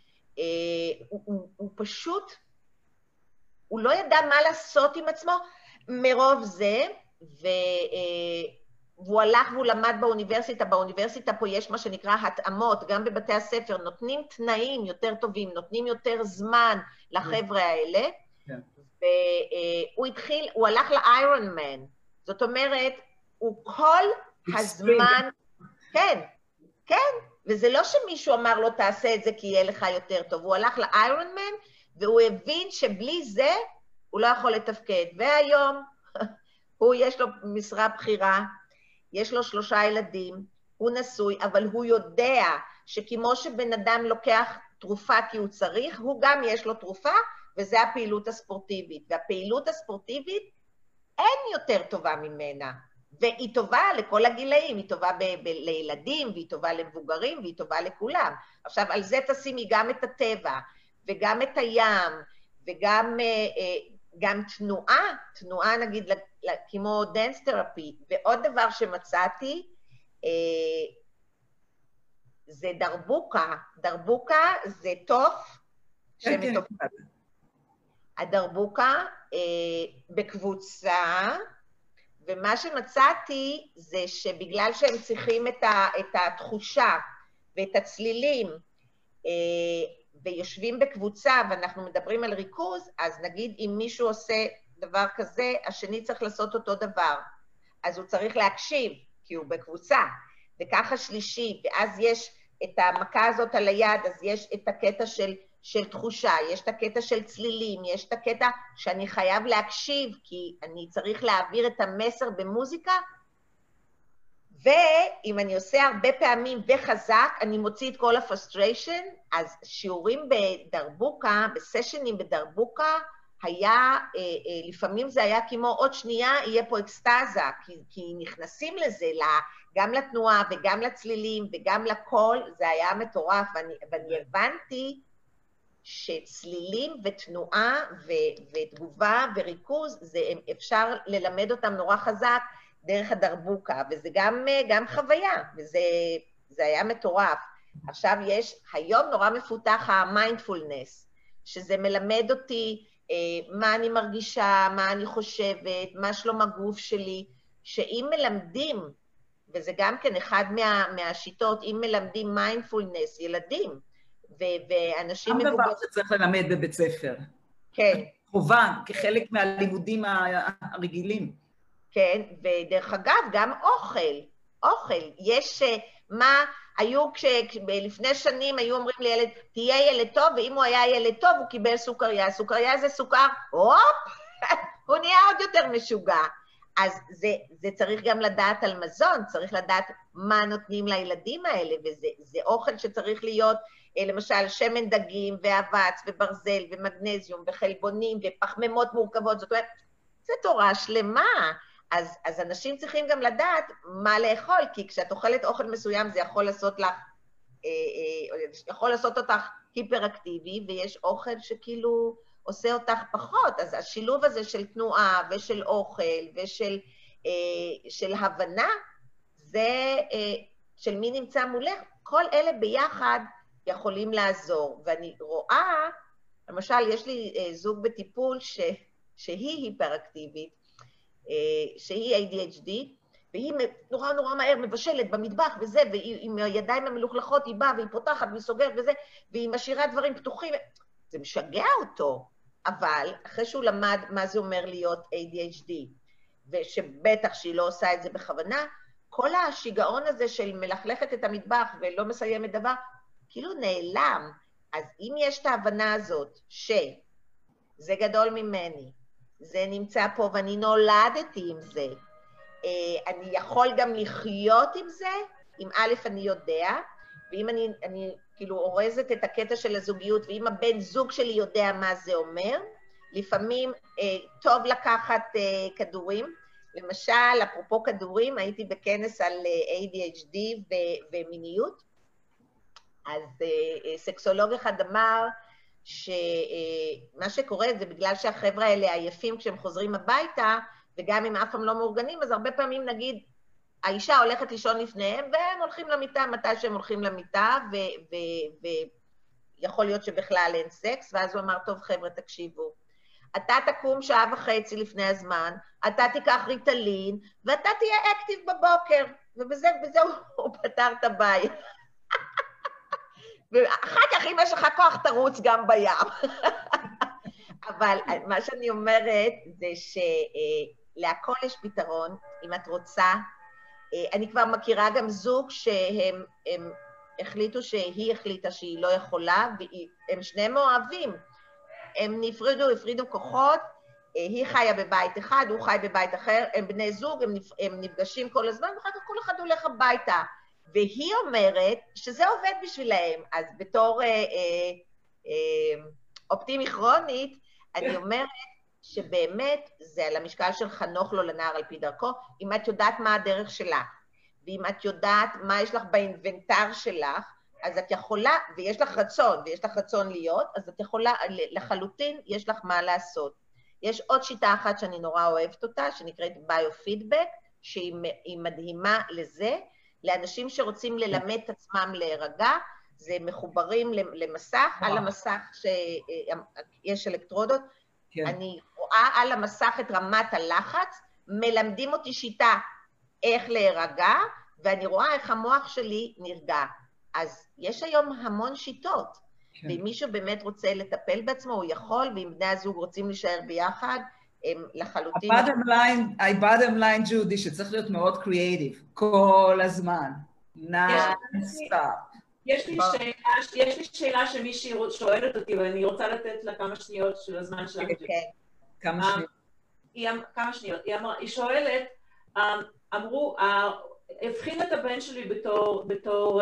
Speaker 3: הוא פשוט, הוא לא ידע מה לעשות עם עצמו מרוב זה, והוא הלך והוא למד באוניברסיטה פה יש מה שנקרא התאמות, גם בבתי הספר, נותנים תנאים יותר טובים, נותנים יותר זמן לחבר'ה האלה, והוא הלך לאיירון מן, זאת אומרת, הוא כל הזמן, כן, וזה לא שמישהו אמר לו תעשה את זה כי יהיה לך יותר טוב, הוא הלך לאיירון מן, והוא הבין שבלי זה הוא לא יכול לתפקד, והיום יש לו משרה בחירה, יש לו 3 ילדים, הוא נשוי, אבל הוא יודע שכמו שבן אדם לוקח תרופה כי הוא צריך, הוא גם יש לו תרופה, וזה הפעילות הספורטיבית. והפעילות הספורטיבית אין יותר טובה ממנה, והיא טובה לכל הגילאים, היא טובה לילדים, והיא טובה למבוגרים, והיא טובה לכולם. עכשיו, על זה תשימי גם את הטבע, וגם את הים, וגם גם תנועה נגיד כמו דנס תרפי, ועוד דבר שמצאתי, זה דרבוקה זה תוף, הדרבוקה בקבוצה, ומה שמצאתי זה שבגלל שהם צריכים את התחושה ואת הצלילים, ויושבים בקבוצה ואנחנו מדברים על ריכוז, אז נגיד אם מישהו עושה דבר כזה, השני צריך לעשות אותו דבר. אז הוא צריך להקשיב, כי הוא בקבוצה. וככה שלישי, ואז יש את המכה הזאת על היד, אז יש את הקטע של תחושה, יש את הקטע של צלילים, יש את הקטע שאני חייב להקשיב, כי אני צריך להעביר את המסר במוזיקה, ואם אני עושה הרבה פעמים וחזק, אני מוציא את כל הפרסטריישן, אז שיעורים בדרבוקה, בסשנים בדרבוקה, היה, לפעמים זה היה כמו עוד שנייה, יהיה פה אקסטאזה, כי נכנסים לזה, גם לתנועה וגם לצלילים וגם לקול, זה היה מטורף, ואני הבנתי שצלילים ותנועה ותגובה וריכוז, אפשר ללמד אותם נורא חזק דרך הדרבוקה, וזה גם חוויה, וזה היה מטורף. עכשיו היום נורא מפותח המיינדפולנס, שזה מלמד אותי מה אני מרגישה, מה אני חושבת, מה שלום הגוף שלי, שאם מלמדים, וזה גם כן אחד מהשיטות, אם מלמדים מיינדפולנס, ילדים, ואנשים
Speaker 1: מבוגרים... גם דבר שצריך ללמד בבית ספר.
Speaker 3: כן.
Speaker 1: חובה, כחלק מהלימודים הרגילים.
Speaker 3: כן, ודרך אגב, גם אוכל. יש היו לפני שנים היו אומרים לילד, תהיה ילד טוב, ואם הוא היה ילד טוב, הוא קיבל סוכריה. סוכריה זה סוכר, הופ, הוא נהיה עוד יותר משוגע. אז זה צריך גם לדעת על מזון, צריך לדעת מה נותנים לילדים האלה, וזה אוכל שצריך להיות, למשל, שמן דגים, ואבץ, וברזל, ומגנזיום, וחלבונים, ופחמימות מורכבות, זאת אומרת, זה תורה שלמה. אז אנשים צריכים גם לדעת מה לאכול, כי כשאת אוכלת אוכל מסוים, זה יכול לעשות אותך היפראקטיבי, ויש אוכל שכאילו עושה אותך פחות. אז השילוב הזה של תנועה ושל אוכל ושל הבנה, זה של מי נמצא מולך, כל אלה ביחד יכולים לעזור. ואני רואה, למשל, יש לי זוג בטיפול שהיא היפראקטיבית, שהיא ADHD, והיא נורא נורא מהר מבשלת במטבח וזה, ועם הידיים המלוכלכות היא באה והיא פותחת והיא סוגרת וזה, והיא משאירה דברים פתוחים, זה משגע אותו, אבל אחרי שהוא למד מה זה אומר להיות ADHD, ושבטח שהיא לא עושה את זה בכוונה, כל השיגעון הזה של מלכלכת את המטבח ולא מסיימת דבר, כאילו נעלם. אז אם יש את ההבנה הזאת שזה גדול ממני, זה נמצא פה ואני נולדתי עם זה, אני יכול גם לחיות עם זה, אם א' אני יודע, ואם אני כאילו אורזת את הקטע של הזוגיות, ואם הבן זוג שלי יודע מה זה אומר, לפעמים טוב לקחת כדורים, למשל, אפרופו כדורים, הייתי בכנס על ADHD ומיניות, אז סקסולוג אחד אמר, שמה שקורה זה בגלל שהחבר'ה האלה עייפים כשהם חוזרים הביתה, וגם אם אף פעם לא מאורגנים, אז הרבה פעמים נגיד, האישה הולכת לישון לפניהם, והם הולכים למיטה מתי שהם הולכים למיטה, ויכול להיות שבכלל אין סקס, ואז הוא אמר, טוב חבר'ה, תקשיבו, אתה תקום שעה וחצי לפני הזמן, אתה תיקח ריטלין, ואתה תהיה אקטיב בבוקר, ובזה הוא פתר את הבעיה. ואחר כך, אם יש לך כוח, תרוץ גם בים. אבל מה שאני אומרת זה שלהכל יש פתרון, אם את רוצה. אני כבר מכירה גם זוג שהם החליטו שהיא החליטה שהיא לא יכולה, והם שניהם אוהבים. הם הפרידו כוחות, היא חיה בבית אחד, הוא חי בבית אחר, הם בני זוג, הם נפגשים כל הזמן, ואחר כך כל אחד הולך הביתה. והיא אומרת שזה עובד בשבילהם, אז בתור אופטימי כרונית, אני אומרת שבאמת זה על המשקל של חנוך לו לנער על פי דרכו, אם את יודעת מה הדרך שלך, ואם את יודעת מה יש לך באינבנטר שלך, אז את יכולה, ויש לך רצון להיות, אז את יכולה, לחלוטין יש לך מה לעשות. יש עוד שיטה אחת שאני נורא אוהבת אותה, שנקראת ביו-פידבק, שהיא מדהימה לזה, לאנשים שרוצים ללמד את עצמם להירגע, זה מחוברים למסך, על המסך שיש אלקטרודות, אני רואה על המסך את רמת הלחץ, מלמדים אותי שיטה איך להירגע, ואני רואה איך המוח שלי נרגע. אז יש היום המון שיטות, ואם מישהו באמת רוצה לטפל בעצמו, הוא יכול, ואם בני הזוג רוצים להישאר ביחד, הם לחלוטין...
Speaker 1: ה-bottom line, ג'ודי, שצריך להיות מאוד קריאטיב, כל הזמן, non-stop.
Speaker 2: יש לי שאלה שמישהי שואלת אותי, ואני רוצה לתת לה כמה שניות של הזמן שלנו.
Speaker 1: כמה שניות.
Speaker 2: כמה שניות. היא שואלת, אמרו, הבחין את הבן שלי בתור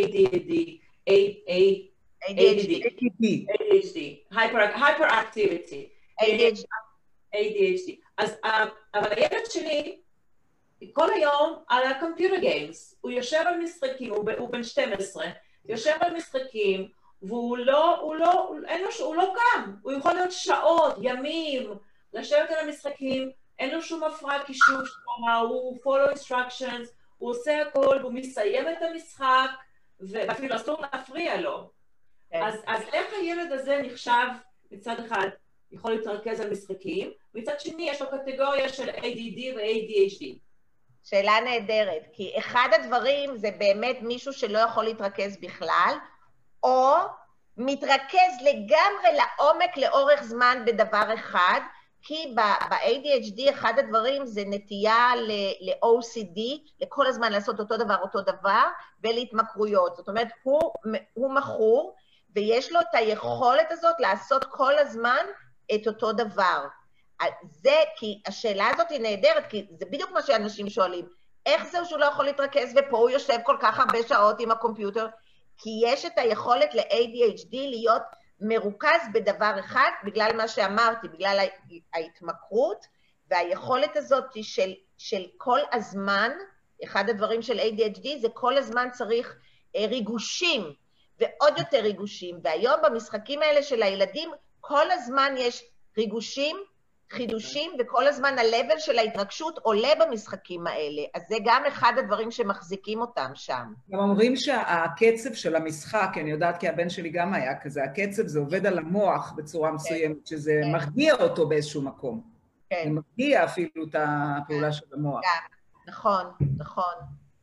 Speaker 2: ADHD, hyperactivity, ADHD. אז, אבל הילד שלי, כל היום על הקומפיוטר גיימס, הוא יושב על משחקים, הוא בן 12, יושב על משחקים, והוא לא קם, הוא יכול להיות שעות, ימים, לשבת על המשחקים, אין לו שום הפרעה קישור, הוא follow instructions, הוא עושה הכל, והוא מסיים את המשחק, ואפילו אסור להפריע לו. אז איך הילד הזה נחשב מצד אחד יכול להתרכז על משחקים, מצד שני יש לו קטגוריה של ADD ו-ADHD?
Speaker 3: שאלה נהדרת, כי אחד הדברים זה באמת מישהו שלא יכול להתרכז בכלל, או מתרכז לגמרי לעומק לאורך זמן בדבר אחד, כי ב-ADHD אחד הדברים זה נטייה ל-OCD, לכל הזמן לעשות אותו דבר, ולהתמכרויות. זאת אומרת, הוא מכור, ויש לו את היכולת הזאת לעשות כל הזמן את אותו דבר. זה, כי השאלה הזאת היא נהדרת, כי זה בדיוק מה שאנשים שואלים. איך זה שהוא לא יכול להתרכז, ופה הוא יושב כל כך הרבה שעות עם הקומפיוטר? כי יש את היכולת ל-ADHD להיות מרוכז בדבר אחד, בגלל מה שאמרתי, בגלל ההתמכרות, והיכולת הזאת של כל הזמן, אחד הדברים של ADHD זה כל הזמן צריך ריגושים, ועוד יותר ריגושים, והיום במשחקים האלה של הילדים, כל הזמן יש ריגושים, חידושים, וכל הזמן ה-level של ההתרגשות עולה במשחקים האלה. אז זה גם אחד הדברים שמחזיקים אותם שם.
Speaker 1: גם אומרים שהקצב של המשחק, אני יודעת כי הבן שלי גם היה כזה, הקצב זה עובד על המוח בצורה מסוימת, שזה מרגיע אותו באיזשהו מקום. זה מרגיע אפילו את הפעולה של המוח.
Speaker 3: נכון, נכון.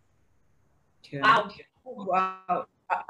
Speaker 1: וואו.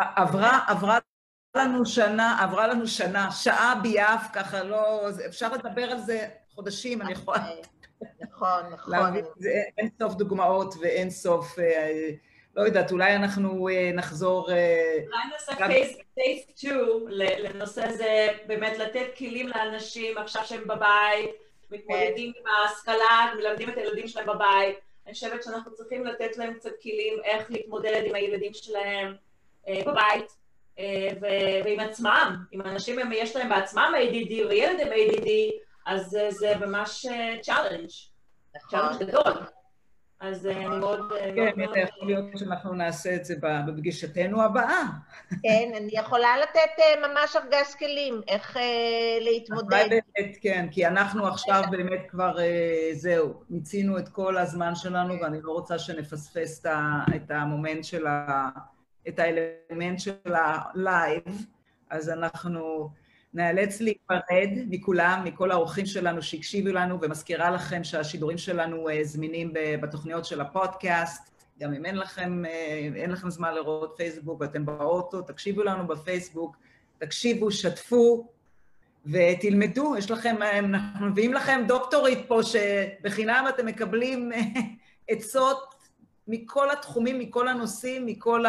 Speaker 1: עברה לנו שנה, שעה ביעף, ככה לא, אפשר לדבר על זה חודשים, אני יכולה...
Speaker 3: נכון.
Speaker 1: אין סוף דוגמאות ואין סוף, לא יודעת, אולי אנחנו נחזור...
Speaker 2: אולי נעשה פייס 2 לנושא הזה, באמת לתת כלים לאנשים עכשיו שהם בבית, מתמודדים עם ההשכלה, מלמדים את הילדים שלהם בבית. אני חושבת שאנחנו צריכים לתת להם קצת כלים איך להתמודד עם הילדים שלהם בבית. ועם עצמם, אם אנשים יש להם בעצמם ADD וילד עם ADD, אז זה ממש צ'אלנג' גדול. אז אני מאוד...
Speaker 1: כן, יכול להיות שאנחנו נעשה את זה בפגישתנו הבאה.
Speaker 3: כן, אני יכולה לתת ממש ארגז כלים, איך להתמודד.
Speaker 1: באמת, כן, כי אנחנו עכשיו באמת כבר, זהו, מיצינו את כל הזמן שלנו, ואני לא רוצה שנפספס את המומנט של את האלמנט של הלייב, אז אנחנו נאלץ להיפרד מכולם, מכל האורחים שלנו שהקשיבו לנו, ומזכירה לכם שהשידורים שלנו זמינים בתוכניות של הפודקאסט, גם אם אין לכם זמן לראות פייסבוק ואתם באוטו, תקשיבו לנו בפייסבוק, תקשיבו, שתפו ותלמדו, יש לכם, אנחנו מביאים לכם דוקטורית פה שבחינם אתם מקבלים עצות, מכל התחומים, מכל הנושאים,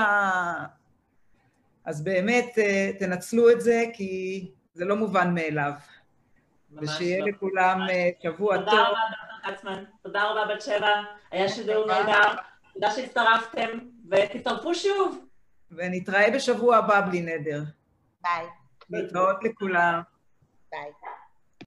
Speaker 1: אז באמת תנצלו את זה, כי זה לא מובן מאליו. ושיהיה לכולם שבוע טוב.
Speaker 2: תודה רבה, דוקטור קצמן. תודה רבה, בת שבע. היה שידור נהדר. תודה שהצטרפתם, ותצטרפו שוב.
Speaker 1: ונתראה בשבוע הבא בלי נדר.
Speaker 3: ביי.
Speaker 1: להתראות לכולם.
Speaker 3: ביי.